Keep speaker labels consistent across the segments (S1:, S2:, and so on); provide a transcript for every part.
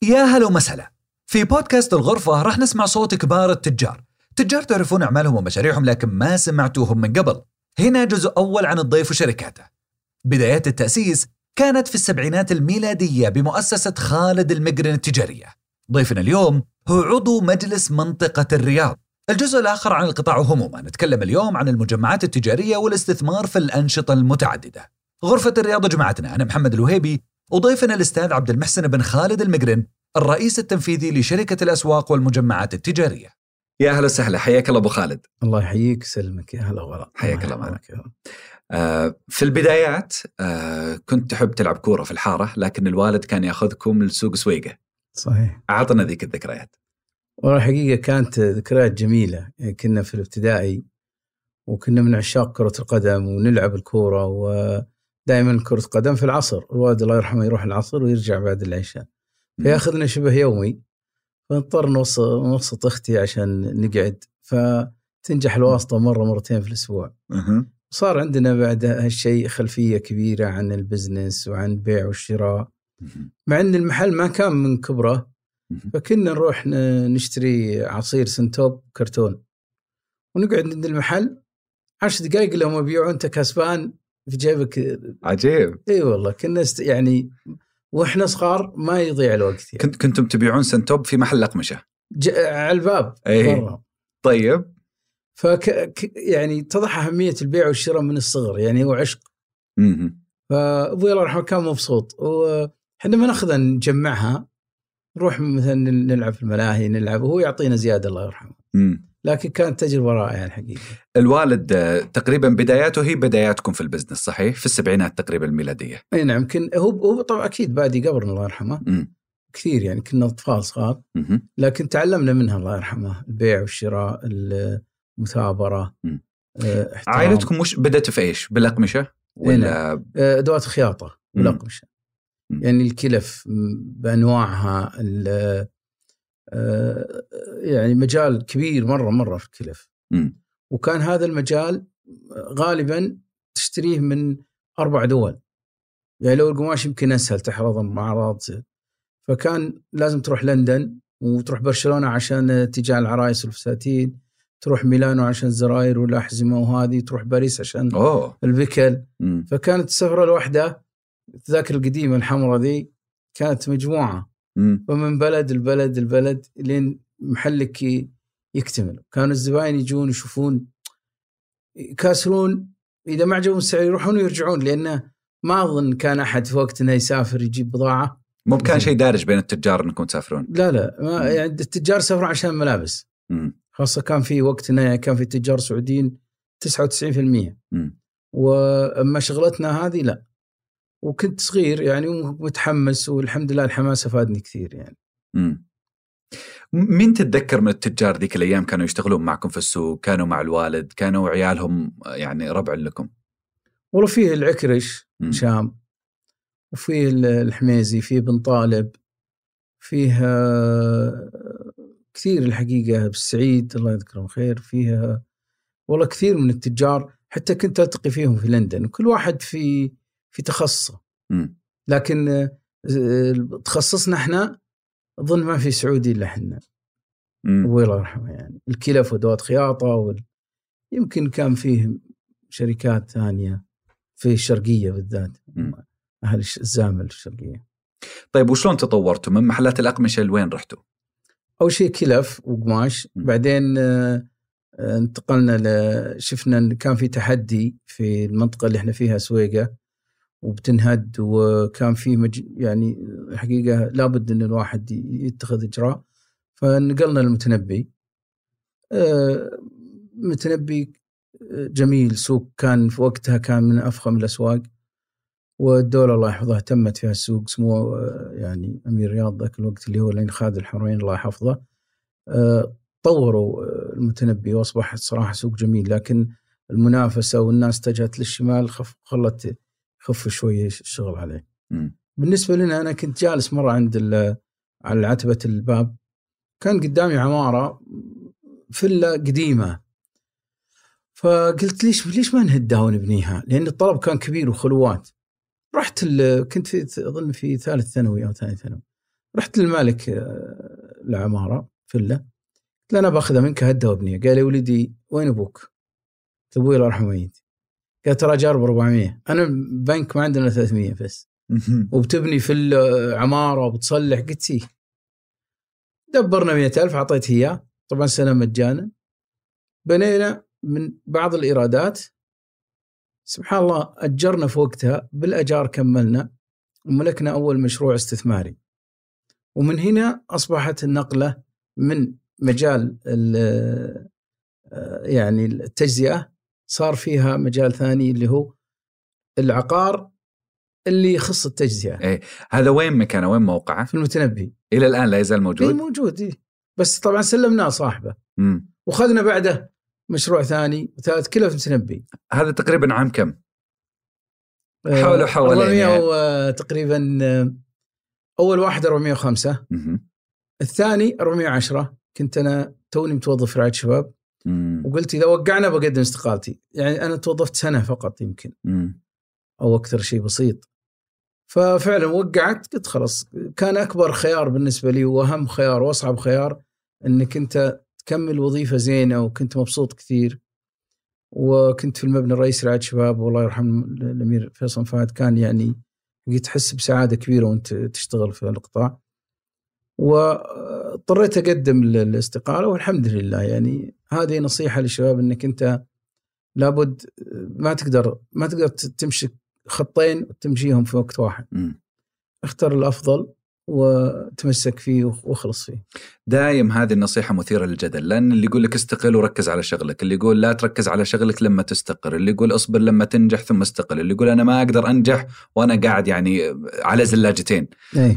S1: يا هلا ومسهلا. في بودكاست الغرفة راح نسمع صوت كبار التجار. تجار تعرفون أعمالهم ومشاريعهم لكن ما سمعتوهم من قبل. هنا جزء أول عن الضيف وشركاته. بدايات التأسيس كانت في السبعينات الميلادية بمؤسسة خالد المقرن التجارية. ضيفنا اليوم هو عضو مجلس منطقة الرياض. الجزء الآخر عن القطاع عموما. نتكلم اليوم عن المجمعات التجارية والاستثمار في الأنشطة المتعددة. غرفة الرياض جماعتنا، أنا محمد الوهيبي، وضيفنا الأستاذ عبد المحسن بن خالد المقرن، الرئيس التنفيذي لشركة الأسواق والمجمعات التجارية. يا أهلا وسهلا، حياك الله أبو خالد.
S2: الله يحييك سلمك، يا هلا وغلا.
S1: حياك الله معنا. في البدايات كنت تحب تلعب كورة في الحارة، لكن الوالد كان يأخذكم للسوق سويقة.
S2: صحيح.
S1: أعطنا ذيك الذكريات.
S2: والله حقيقة كانت ذكريات جميلة. كنا في الابتدائي وكنا من عشاق كرة القدم ونلعب الكورة، ودائما كرة قدم في العصر. الوالد الله يرحمه يروح العصر ويرجع بعد العشاء، فيأخذنا شبه يومي، فنضطر نوسط أختي عشان نقعد، فتنجح الواسطة مرة مرتين في الأسبوع. صار عندنا بعد هالشيء خلفية كبيرة عن البزنس وعن البيع والشراء، مع أن المحل ما كان من كبره، فكنا نروح نشتري عصير سنتوب كرتون ونقعد عند المحل 10 دقائق لهم يبيعون، أنت كسبان في جيبك.
S1: عجيب.
S2: اي والله كنا يعني واحنا صغار ما يضيع الوقت يعني.
S1: كنتم تبيعون سنتوب في محل أقمشة
S2: على الباب مرة.
S1: طيب.
S2: يعني تضح أهمية البيع والشراء من الصغر، يعني هو عشق. فأبوي الله يرحمه كان مبسوط، وحنا ما ناخذها نجمعها، نروح مثلا نلعب في الملاهي نلعب، وهو يعطينا زيادة الله يرحمه. لكن كانت تجربة رائعة الحقيقة.
S1: الوالد تقريبا بداياته هي بداياتكم في البزنس، صحيح؟ في السبعينات تقريبا الميلادية.
S2: اي نعم. هو طبعا أكيد بادي قبرنا الله يرحمه كثير، يعني كنا أطفال صغار، لكن تعلمنا منها الله يرحمه البيع والشراء، المثابرة.
S1: عائلتكم مش بدأت في إيش؟ بالأقمشة ولا
S2: أدوات خياطة والأقمشة؟ يعني الكلف بأنواعها، يعني مجال كبير مرة في الكلف. وكان هذا المجال غالبا تشتريه من 4 دول، يعني لو القماش يمكن أسهل تحرض معرض، فكان لازم تروح لندن وتروح برشلونة عشان تجاه العرايس والفساتين، تروح ميلانو عشان الزراير والأحزمة، وهذه تروح باريس عشان البكل. فكانت السفرة الواحدة، التذاكر القديمة الحمراء ذي كانت مجموعة، ومن بلد البلد لين محلك يكتمل. كانوا الزبائن يجون يشوفون يكاسرون، إذا ما عجبهم السعر يروحون ويرجعون، لأنه ما أظن كان أحد في وقتنا يسافر يجيب بضاعة.
S1: مو كان شيء دارج بين التجار أنكم تسافرون؟
S2: لا ما يعني التجار سافروا عشان ملابس. خاصة كان في وقتنا يعني كان في تجار سعوديين 99%. وأما شغلتنا هذه لا، وكنت صغير يعني ومتحمس، والحمد لله الحماس فادني كثير يعني.
S1: مين تتذكر من التجار ذيك الأيام كانوا يشتغلون معكم في السوق، كانوا مع الوالد، كانوا عيالهم يعني ربع لكم؟
S2: والله فيه العكرش شام، وفيه الحميزي، فيه بن طالب، فيه كثير الحقيقة، بالسعيد الله يذكرهم خير، فيها والله كثير من التجار، حتى كنت ألتقي فيهم في لندن، وكل واحد في تخصصه. لكن تخصصنا احنا أظن ما في سعودي إلا احنا، والله يرحمه، يعني الكلف ودوات خياطة يمكن كان فيه شركات ثانية في الشرقية بالذات، أهل الزامل الشرقية.
S1: طيب وشلون تطورتوا من محلات الأقمشة لوين رحتوا؟
S2: أول شيء كلف وقماش، بعدين انتقلنا شفنا أن كان في تحدي في المنطقة اللي احنا فيها سويقة وبتنهد، وكان في يعني الحقيقة لابد أن الواحد يتخذ إجراء، فنقلنا المتنبي. متنبي جميل، سوق كان في وقتها كان من أفخم الأسواق، والدولة الله يحفظها تمت فيها السوق، سمو يعني أمير رياض ذاك الوقت اللي هو لين خالد الحرمين الله يحفظه، طوروا المتنبي وأصبح صراحة سوق جميل. لكن المنافسة والناس اتجهت للشمال خلت يخف شوية الشغل عليه. بالنسبة لنا أنا كنت جالس مرة عند على عتبة الباب، كان قدامي عمارة فيلا قديمة، فقلت ليش ما نهدها ونبنيها، لأن الطلب كان كبير وخلوات. رحت كنت أظن في ثالث ثانوي أو ثاني ثانوي، رحت للمالك العمارة فيلا، قلت له أنا باخذها منك هدها وابنيها. قال لي ولدي وين أبوك؟ قلت أبوي الله يرحمه ميت. قال ترى جار ب400، أنا بنك ما عندنا 300 بس وبتبني في العمارة وبتصلح. قلت سيه دبرنا 100,000 أعطيت إياه طبعا سنة مجانا، بنينا من بعض الإيرادات سبحان الله، أجرنا في وقتها بالأجار، كملنا وملكنا أول مشروع استثماري. ومن هنا أصبحت النقلة من مجال يعني التجزئة صار فيها مجال ثاني اللي هو العقار اللي يخص التجزئة.
S1: إيه هذا وين مكانه، وين موقعه؟
S2: في المتنبي.
S1: إلى الآن لا يزال موجود؟
S2: إيه موجود إيه. بس طبعا سلمناه صاحبه وخذنا بعده مشروع ثاني وثالث كله في المتنبي.
S1: هذا تقريبا عام كم؟ حوالين
S2: 400 تقريبا. أول واحد 405 الثاني 410. كنت أنا توني متوظف في رعاية شباب وقلت إذا وقعنا بقدم استقالتي. يعني أنا توظفت سنة فقط يمكن أو أكثر شيء بسيط. ففعلا وقعت، قلت خلاص. كان أكبر خيار بالنسبة لي وأهم خيار وأصعب خيار أنك أنت تكمل وظيفة زينة، وكنت مبسوط كثير. وكنت في المبنى الرئيسي رعاية شباب، والله يرحم الأمير فيصل فهد، كان يعني تحس بسعادة كبيرة وانت تشتغل في القطاع. واضطريت أقدم الاستقالة والحمد لله. يعني هذه نصيحة للشباب، أنك أنت لابد ما تقدر تمشي خطين وتمشيهم في وقت واحد. اختار الأفضل وتمسك فيه واخلص فيه.
S1: دايم هذه النصيحة مثيرة للجدل، لأن اللي يقول لك استقل وركز على شغلك، اللي يقول لا تركز على شغلك لما تستقر، اللي يقول اصبر لما تنجح ثم استقل، اللي يقول أنا ما أقدر أنجح وأنا قاعد يعني على زلاجتين.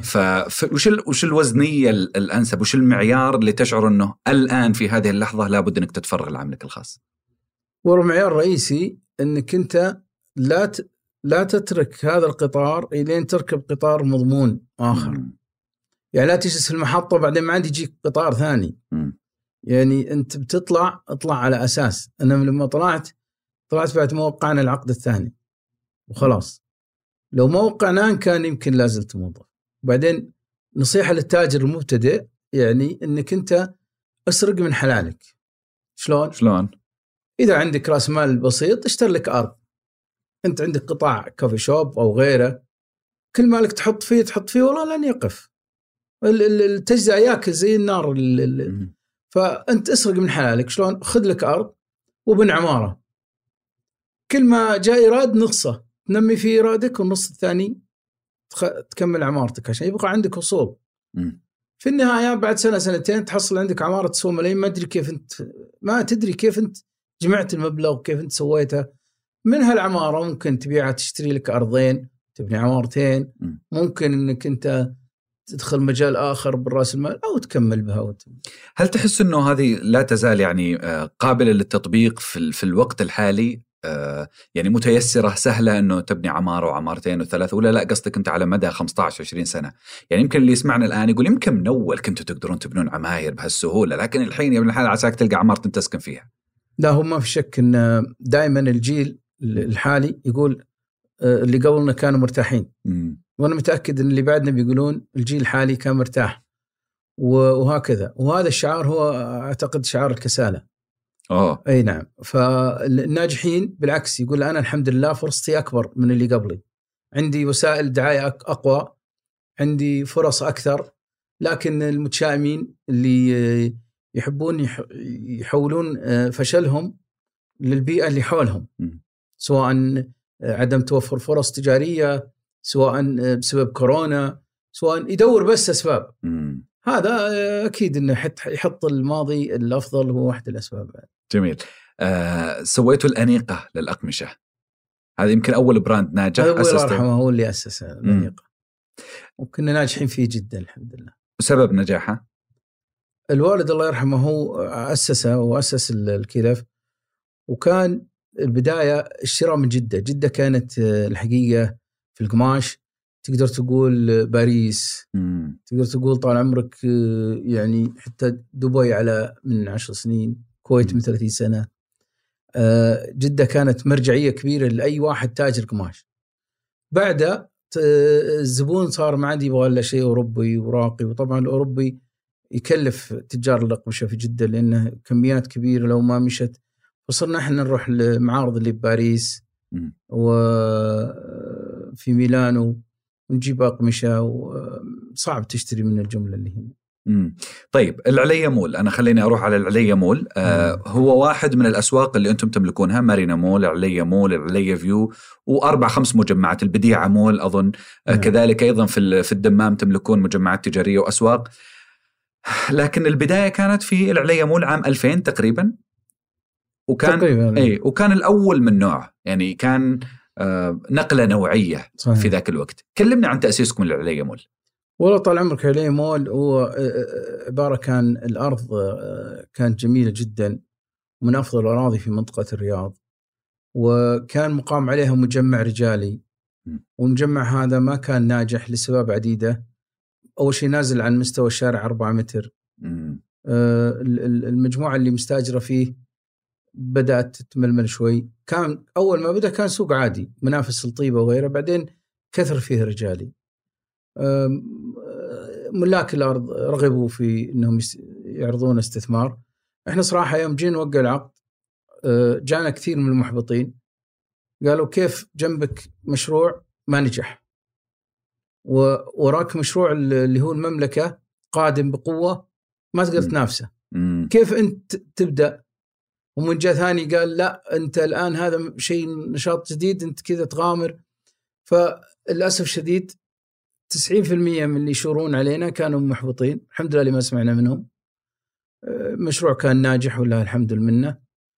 S1: وش الوزنية الأنسب؟ وش المعيار اللي تشعر أنه الآن في هذه اللحظة لابد أنك تتفرغ لعملك الخاص؟
S2: والمعيار الرئيسي أنك أنت لا تترك هذا القطار إلين تركب قطار مضمون آخر. يعني لا تجلس في المحطة بعدين ما عندي يجيك قطار ثاني. يعني أنت اطلع على أساس. أنا لما طلعت بعد موقعنا العقد الثاني وخلاص. لو موقعنا كان يمكن لازلت موظف. وبعدين نصيحة للتاجر المبتدئ، يعني أنك أنت أسرق من حلالك. شلون؟ إذا عندك رأس مال بسيط اشتري لك أرض. أنت عندك قطاع كافي شوب أو غيره، كل مالك تحط فيه والله لن يقف. التجزئة ياكل زي النار. فأنت اسرق من حلالك. شلون؟ خذ لك أرض وبن عمارة، كل ما جاء إيراد نصه تنمي فيه إيرادك، والنص الثاني تكمل عمارتك عشان يبقى عندك وصول. في النهاية بعد سنتين تحصل عندك عمارة تسوى ملايين. ما تدري كيف أنت جمعت المبلغ وكيف أنت سويتها. من هالعمارة ممكن تبيعها تشتري لك أرضين تبني عمارتين. ممكن أنك أنت تدخل مجال آخر بالرأس المال أو تكمل بها.
S1: هل تحس أنه هذه لا تزال يعني قابلة للتطبيق في الوقت الحالي؟ يعني متيسرة سهلة أنه تبني عمارة وعمارتين وثلاثة، ولا لا قصدك أنت على مدى 15-20 سنة؟ يعني يمكن اللي يسمعنا الآن يقول يمكن من أول كنتوا تقدرون تبنون عماير بهالسهولة، لكن الحين يا ابن الحلال عساك تلقى عمارة تسكن فيها.
S2: لا، هو ما في شك أن دائما الجيل الحالي يقول اللي قبلنا كانوا مرتاحين. وأنا متأكد أن اللي بعدنا بيقولون الجيل الحالي كان مرتاح وهكذا. وهذا الشعار هو أعتقد شعار الكسالة. أي نعم. فالناجحين بالعكس يقول أنا الحمد لله فرصتي أكبر من اللي قبلي، عندي وسائل دعاية أقوى، عندي فرص أكثر. لكن المتشائمين اللي يحبون يحولون فشلهم للبيئة اللي حولهم، سواء عدم توفر فرص تجارية، سواء بسبب كورونا، سواء يدور بس أسباب. هذا أكيد أنه يحط الماضي الأفضل هو واحد الأسباب.
S1: جميل. سويتوا الأنيقة للأقمشة، هذا يمكن أول براند ناجح.
S2: الله يرحمه هو اللي أسس الأنيقة وكنا ناجحين فيه جدا الحمد لله.
S1: وسبب نجاحه؟
S2: الوالد الله يرحمه هو أسسه وأسس الكلف. وكان البداية الشراء من جدة كانت الحقيقة في القماش تقدر تقول باريس، تقدر تقول طال عمرك يعني حتى دبي على من 10 سنين، كويت من 30 سنة. جدة كانت مرجعية كبيرة لأي واحد تاجر قماش. بعد الزبون صار ما عاد يبغى إلا شيء أوروبي وراقي، وطبعا الأوروبي يكلف تجار الأقمشة في جدة لأنه كميات كبيرة لو ما مشت. وصرنا احنا نروح لمعارض اللي بباريس وفي ميلانو ونجيب أقمشة، وصعب تشتري من الجملة اللي هنا.
S1: طيب العليا مول، أنا خليني أروح على العليا مول. هو واحد من الأسواق اللي أنتم تملكونها، مارينا مول، العليا مول، العليا فيو، و4-5 مجمعات، البديعة مول أظن. كذلك أيضا في الدمام تملكون مجمعات تجارية وأسواق. لكن البداية كانت في العليا مول عام 2000 تقريبا، وكان
S2: تقريبا
S1: وكان الأول من نوع، يعني كان نقلة نوعية. صحيح. في ذاك الوقت كلمنا عن تأسيسكم للعليا مول.
S2: والله طال عمرك، العليا مول هو عبارة كان الأرض كانت جميلة جدا، ومن أفضل الأراضي في منطقة الرياض، وكان مقام عليها مجمع رجالي. والمجمع هذا ما كان ناجح لسبب عديدة. أول شيء نازل عن مستوى الشارع 4 متر. المجموعة اللي مستاجرة فيه بدأت تتململ شوي. كان أول ما بدأ كان سوق عادي منافس الطيبة وغيره، بعدين كثر فيه رجالي. ملاك الأرض رغبوا في أنهم يعرضون استثمار. إحنا صراحة يوم جينا نوقع العقد جانا كثير من المحبطين، قالوا كيف جنبك مشروع ما نجح وراك مشروع اللي هو المملكة قادم بقوة ما تقدر تنافسه، كيف أنت تبدأ؟ ومن جاء ثاني قال لا أنت الآن هذا شيء نشاط جديد، أنت كذا تغامر. فللأسف شديد 90% من اللي يشورون علينا كانوا محبطين. الحمد لله اللي ما سمعنا منهم. مشروع كان ناجح ولا الحمد لله.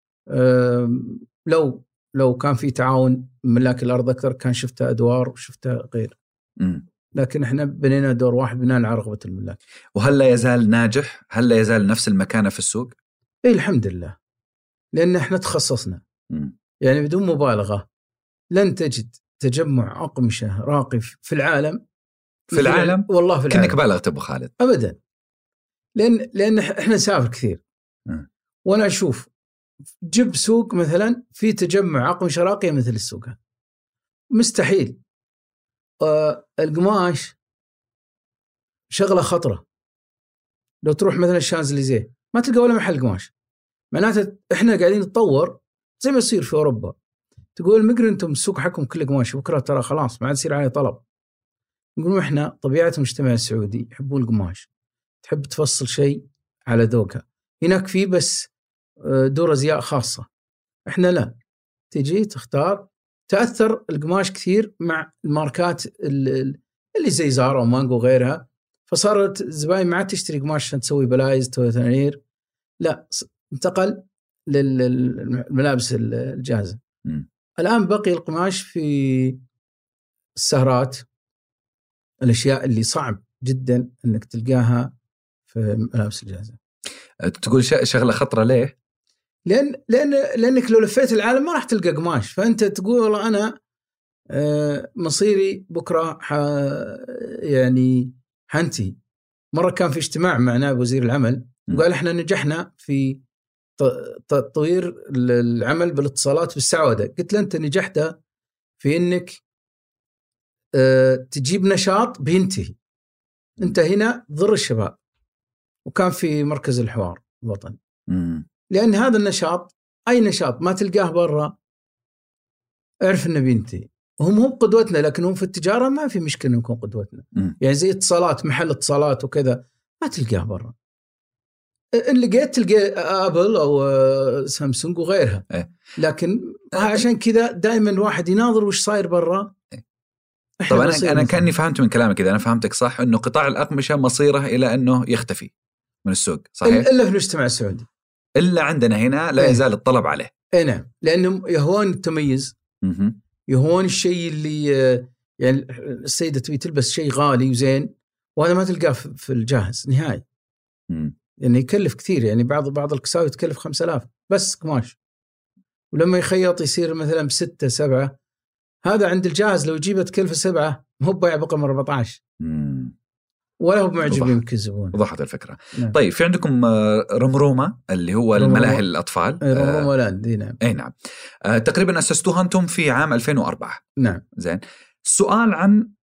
S2: لو كان في تعاون ملاك الأرض أكثر كان شفتها أدوار وشفتها غير. لكن احنا بنينا دور واحد بناء على رغبة الملاك.
S1: وهل لا يزال ناجح؟ هل لا يزال نفس المكانة في السوق؟
S2: إيه الحمد لله، لأن احنا تخصصنا. يعني بدون مبالغة لن تجد تجمع أقمشة راقي في العالم. والله في العالم.
S1: كأنك بالغت أبو خالد.
S2: أبدا، لأن احنا نسافر كثير. وأنا أشوف جيب سوق مثلا في تجمع أقمشة راقية مثل السوق هذا مستحيل. القماش شغلة خطرة. لو تروح مثلا الشانزليزيه ما تلقى ولا محل قماش، معناته احنا قاعدين نتطور زي ما يصير في أوروبا. تقول مقر انتم السوق حقكم كله قماش، بكرة ترى خلاص ما عاد يصير عليه طلب. نقول احنا طبيعة المجتمع السعودي يحبون القماش، تحب تفصل شيء على ذوقها. هناك في بس دور أزياء خاصة، احنا لا، تجي تختار. تأثر القماش كثير مع الماركات اللي زي زارا ومانجو وغيرها، فصارت الزباين ما عاد تشتري قماش عشان تسوي بلايز تنانير، لا انتقل للملابس الجاهزة. الآن بقي القماش في السهرات، الأشياء اللي صعب جدا أنك تلقاها في الملابس الجاهزة.
S1: تقول شغلة خطرة ليه؟
S2: لأنك لو لفيت العالم ما راح تلقى قماش. فأنت تقول والله أنا مصيري بكرة يعني حنتي. مرة كان في اجتماع مع نائب وزير العمل وقال احنا نجحنا في تطوير العمل بالاتصالات بالسعودة. قلت له أنت نجحت في أنك تجيب نشاط بينتهي، أنت هنا ضر الشباب. وكان في مركز الحوار الوطني، لأن هذا النشاط أي نشاط ما تلقاه برا اعرف أنه بينتهي. هم قدوتنا، لكن هم في التجارة ما في مشكلة نكون قدوتنا. يعني زي اتصالات، محل اتصالات وكذا ما تلقاه برا. اللي لقيت تلقى أبل أو سامسونج وغيرها. لكن عشان كذا دائما الواحد يناظر وش صاير برا.
S1: طبعا أنا كأني فهمت من كلامك كذا، أنا فهمتك صح إنه قطاع الأقمشة مصيره إلى أنه يختفي من السوق، صحيح؟
S2: إلا في المجتمع السعودي،
S1: إلا عندنا هنا لا يزال الطلب عليه.
S2: نعم، لأنهم يهون التميز، يهون الشيء اللي يعني السيدة تبي تلبس شيء غالي وزين، وهذا ما تلقاه في الجاهز نهائي. يعني يكلف كثير، يعني بعض الكساوي تكلف 5000 بس قماش، ولما يخيط يصير مثلا ب6-7. هذا عند الجاهز لو يجيبه تكلفه 7 مو بيع بقم 14 ولا هو معجب يمكن الزبون.
S1: وضحت الفكرة. نعم. طيب في عندكم رمرومة اللي هو الملاهي الأطفال.
S2: رمرومة لاند. نعم.
S1: أي نعم. تقريبا أسستوها أنتم في عام 2004.
S2: نعم.
S1: زين. سؤال عن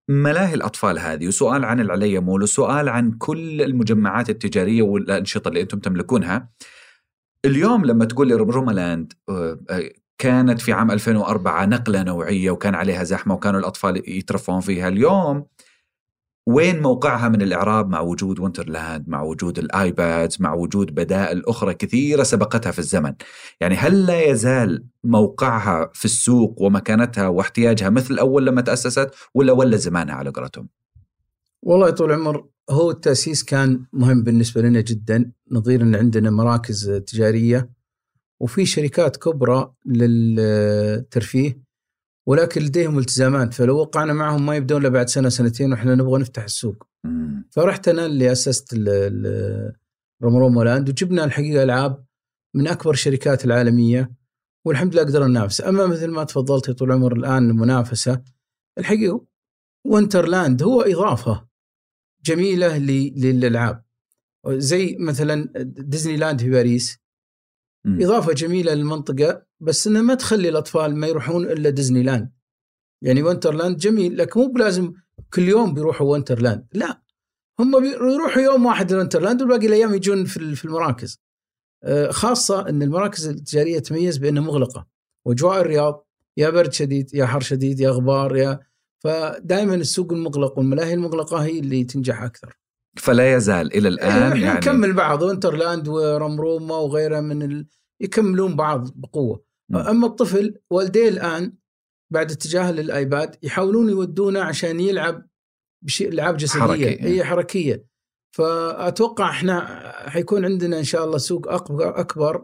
S1: ملاهي الأطفال هذه، وسؤال عن العليا مول، وسؤال عن كل المجمعات التجارية والأنشطة اللي أنتم تملكونها. اليوم لما تقول لي رومالاند كانت في عام 2004 نقلة نوعية وكان عليها زحمة وكانوا الأطفال يترفعون فيها، اليوم وين موقعها من الإعراب مع وجود وينترلاند، مع وجود الآيبادز، مع وجود بدائل أخرى كثيرة سبقتها في الزمن؟ يعني هل لا يزال موقعها في السوق ومكانتها واحتياجها مثل أول لما تأسست، ولا زمانها على قولتهم؟
S2: والله طول العمر هو التأسيس كان مهم بالنسبة لنا جدا، نظير أن عندنا مراكز تجارية وفي شركات كبرى للترفيه، ولكن لديهم التزامات، فلو وقعنا معهم ما يبدون إلا بعد سنة سنتين وإحنا نبغى نفتح السوق. فرحت أنا اللي أسست رومالاند، وجبنا الحقيقة ألعاب من أكبر الشركات العالمية، والحمد لله قدرنا ننافس. أما مثل ما تفضلت طول العمر الآن المنافسة، الحقيقة وينترلاند هو إضافة جميلة للألعاب، زي مثلا ديزني لاند في باريس إضافة جميلة للمنطقة، بس إنه ما تخلي الأطفال ما يروحون إلا ديزني لاند. يعني وينترلاند جميل، لكن مو بلازم كل يوم بيروحوا وينترلاند، لا، هم بيروحوا يوم واحد لوينترلاند والباقي الأيام يجون في المراكز. خاصة أن المراكز التجارية تميز بأنها مغلقة، وجواء الرياض يا برد شديد يا حر شديد يا غبار فدائما السوق المغلق والملاهي المغلقة هي اللي تنجح أكثر.
S1: فلا يزال إلى الآن يعني
S2: نكمل بعض وينترلاند ورمروما وغيرها يكملون بعض بقوة. أما الطفل والديه الآن بعد اتجاه للآيباد يحاولون يودونه عشان يلعب بشيء ألعاب جسدية هي حركية. فأتوقع إحنا حيكون عندنا إن شاء الله سوق أكبر،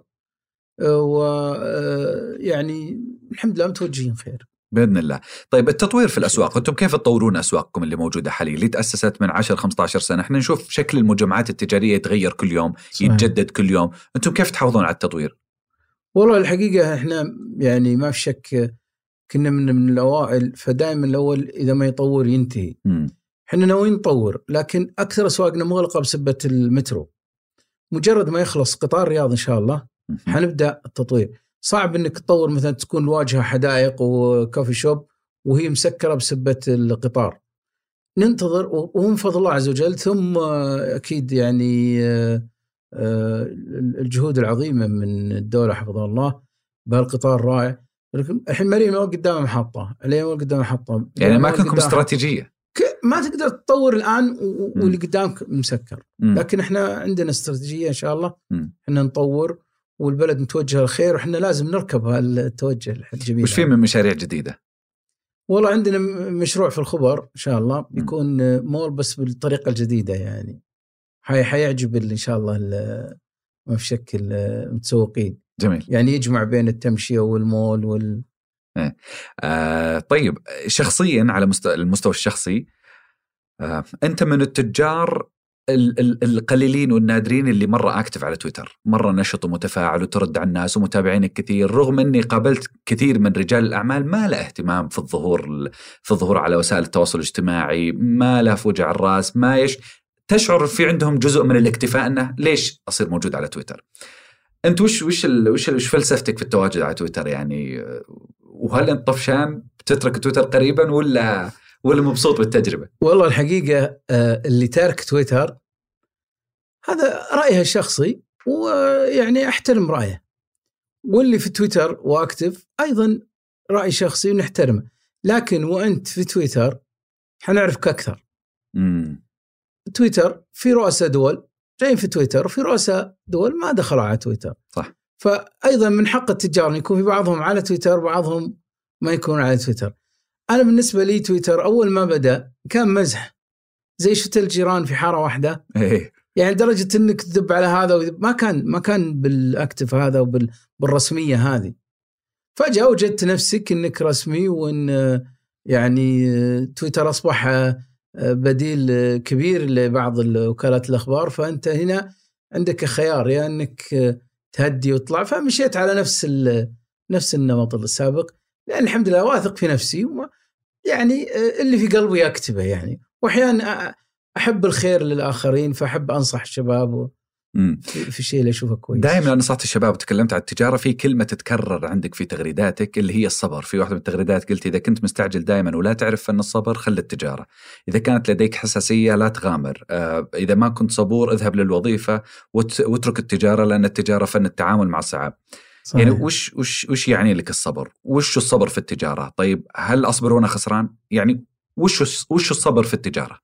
S2: ويعني الحمد لله متوجهين خير
S1: بإذن الله. طيب التطوير في الأسواق، أنتم كيف تطورون أسواقكم اللي موجودة حاليا اللي تأسست من 10-15 سنة؟ إحنا نشوف شكل المجمعات التجارية يتغير كل يوم، يتجدد كل يوم، أنتم كيف تحافظون على التطوير؟
S2: والله الحقيقة إحنا يعني ما في شك كنا من الأوائل، فدائما الأول إذا ما يطور ينتهي. إحنا ناويين نطور، لكن أكثر أسواقنا مغلقة بسبب المترو. مجرد ما يخلص قطار الرياض إن شاء الله حنبدأ التطوير. صعب إنك تطور مثلا تكون الواجهة حدائق وكافي شوب وهي مسكرة بسبب القطار. ننتظر ومن فضل الله عز وجل، ثم أكيد يعني الجهود العظيمة من الدولة حفظها الله بهالقطار الرائع. الحين مريم قدام محطة، اليوم قدام محطة،
S1: يعني ما كنكم استراتيجية،
S2: ما تقدر تطور الآن واللي قدامك مسكر. لكن احنا عندنا استراتيجية إن شاء الله، احنا نطور والبلد متوجه الخير، وإحنا لازم نركب هالتوجه الجميل.
S1: وش في من مشاريع جديدة؟
S2: والله عندنا مشروع في الخبر إن شاء الله بيكون مول بس بالطريقة الجديدة، يعني حيعجب إن شاء الله ما في شك المتسوقين.
S1: جميل.
S2: يعني يجمع بين التمشية والمول
S1: طيب شخصيا على المستوى الشخصي، أنت من التجار القليلين والنادرين اللي مرة أكتف على تويتر، مرة نشط ومتفاعل وترد على الناس ومتابعينك كثير، رغم أني قابلت كثير من رجال الأعمال ما له اهتمام في الظهور على وسائل التواصل الاجتماعي، ما له في وجع الرأس، ما تشعر في عندهم جزء من الاكتفاء أنه ليش أصير موجود على تويتر. أنت وش فلسفتك في التواجد على تويتر يعني؟ وهل أنت طفشان بتترك تويتر قريبا ولا مبسوط بالتجربة؟
S2: والله الحقيقة اللي تارك تويتر هذا رأيه الشخصي، ويعني أحترم رأيه، واللي في تويتر وأكتف أيضا رأي شخصي ونحترمه. لكن وأنت في تويتر حنعرفك أكثر. تويتر في رؤساء دول جايين في تويتر، وفي رؤساء دول ما دخلوا على تويتر،
S1: صح.
S2: فأيضا من حق التجار أن يكون في بعضهم على تويتر وبعضهم ما يكون على تويتر. أنا بالنسبة لي تويتر أول ما بدأ كان مزح، زي شت الجيران في حارة واحدة، يعني درجة إنك تذب على هذا ما كان بالأكتف هذا وبالرسمية هذه. فجأة وجدت نفسك إنك رسمي، وإن يعني تويتر أصبح بديل كبير لبعض وكالات الأخبار. فأنت هنا عندك خيار، يا إنك تهدي وتطلع. فمشيت على نفس النمط السابق، لأن الحمد لله واثق في نفسي، يعني اللي في قلبي أكتبه يعني. وأحيانا أحب الخير للآخرين، فأحب أنصح الشباب في الشيء اللي أشوفه كويس.
S1: دائما نصحت الشباب وتكلمت عن التجارة، في كلمة تتكرر عندك في تغريداتك اللي هي الصبر. في واحدة من التغريدات قلت إذا كنت مستعجل دائما ولا تعرف فن الصبر خل التجارة. إذا كانت لديك حساسية لا تغامر. إذا ما كنت صبور اذهب للوظيفة واترك التجارة، لأن التجارة فن التعامل مع الصعاب. صحيح. يعني وش يعني لك الصبر؟ وش الصبر في التجارة؟ طيب هل أصبر وأنا خسران؟ يعني وش الصبر في التجارة؟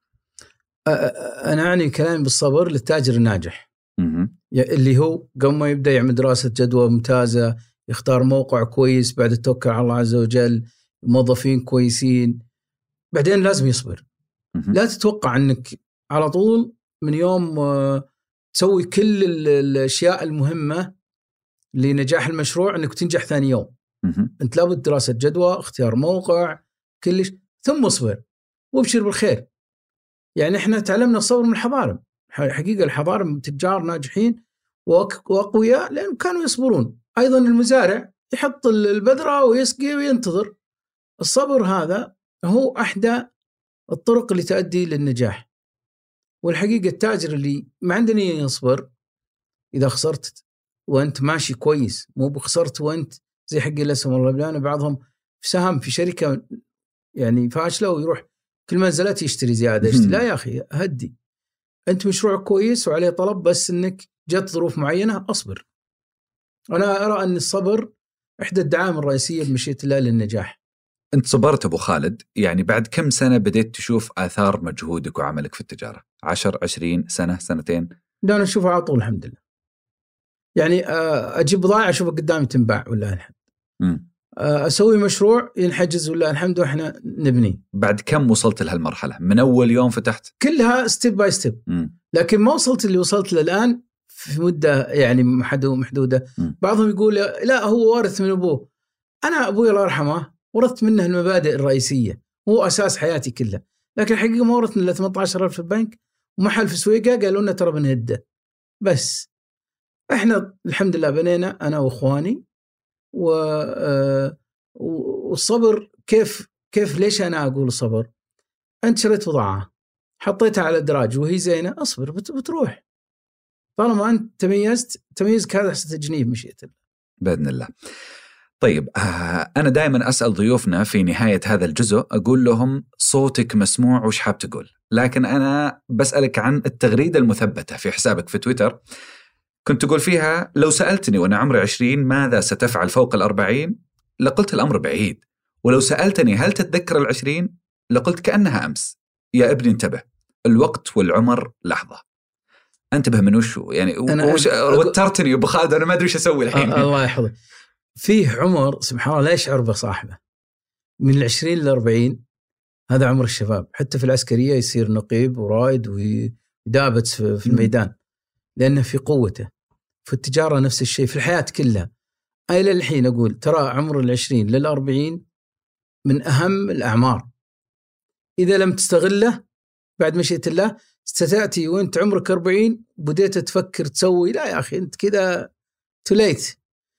S2: أنا أعني كلامي بالصبر للتاجر الناجح اللي هو قبل ما يبدأ يعمل دراسة جدوى ممتازة، يختار موقع كويس، بعد التوكل على الله عز وجل، موظفين كويسين، بعدين لازم يصبر. لا تتوقع أنك على طول من يوم تسوي كل الأشياء المهمة لنجاح المشروع أنك تنجح ثاني يوم. أنت لابد دراسة جدوى، اختيار موقع، كلش، ثم اصبر وابشر بالخير. يعني احنا تعلمنا الصبر من الحضارم. حقيقة الحضارم تجار ناجحين وأقوياء لأن كانوا يصبرون. أيضا المزارع يحط البذرة ويسقي وينتظر. الصبر هذا هو أحدى الطرق اللي تؤدي للنجاح. والحقيقة التاجر اللي ما عنده نية يصبر، إذا خسرت وأنت ماشي كويس، مو بخسرت وأنت زي حقي لا سمح الله بالله. بعضهم في سهم في شركة يعني فاشلة ويروح كل ما نزلت يشتري زيادة. لا يا أخي هدي، أنت مشروع كويس وعليه طلب، بس أنك جت ظروف معينة أصبر. أنا أرى أن الصبر إحدى الدعائم الرئيسية بمشيئة الله للنجاح.
S1: أنت صبرت أبو خالد، يعني بعد كم سنة بديت تشوف آثار مجهودك وعملك في التجارة؟ 10 20 سنة، سنتين؟
S2: لا أنا أشوفها على طول الحمد لله. يعني أجيب بضاعة أشوفها قدامي تنباع ولا الحمد، أسوي مشروع ينحجز ولا الحمد وإحنا نبني.
S1: بعد كم وصلت لهالمرحلة؟ من أول يوم فتحت؟
S2: كلها ستيب باي ستيب، لكن ما وصلت اللي وصلت الآن في مدة يعني محدودة. بعضهم يقول لا هو وارث من أبوه. أنا أبوي الله يرحمه ورثت منه المبادئ الرئيسية، هو أساس حياتي كلها. لكن الحقيقة ما ورثنا إلا 18,000 في البنك ومحل في سويقة قالوا لنا ترى بنهده. بس إحنا الحمد لله بنينا أنا وإخواني. والصبر كيف ليش أنا أقول الصبر؟ أنت شريت بضاعة حطيتها على الدراج وهي زينة، أصبر بتروح. طالما أنت تميزك هذا ستجنيه بمشيئة الله
S1: بإذن الله. طيب أنا دائما أسأل ضيوفنا في نهاية هذا الجزء، أقول لهم صوتك مسموع وش حاب تقول، لكن أنا بسألك عن التغريدة المثبتة في حسابك في تويتر. كنت تقول فيها لو سألتني وأنا عمري 20 ماذا ستفعل فوق 40 لقلت الأمر بعيد، ولو سألتني هل تتذكر 20 لقلت كأنها أمس. يا ابني انتبه، الوقت والعمر لحظة. انتبه من وشو يعني وترتني أبو خالد أنا ما أدري وش أسوي الحين.
S2: الله يحفظك. فيه عمر سبحان الله لا يشعر بصاحبه. من 20 40 هذا عمر الشباب، حتى في العسكرية يصير نقيب ورائد ويدابت في الميدان لأنه في قوته. في التجارة نفس الشيء، في الحياة كلها. إلى الحين أقول ترى عمر 20 40 من أهم الأعمار. إذا لم تستغله بعد مشيئة الله ستأتي وأنت عمرك 40 بديت تفكر تسوي. لا يا أخي أنت كذا تليت.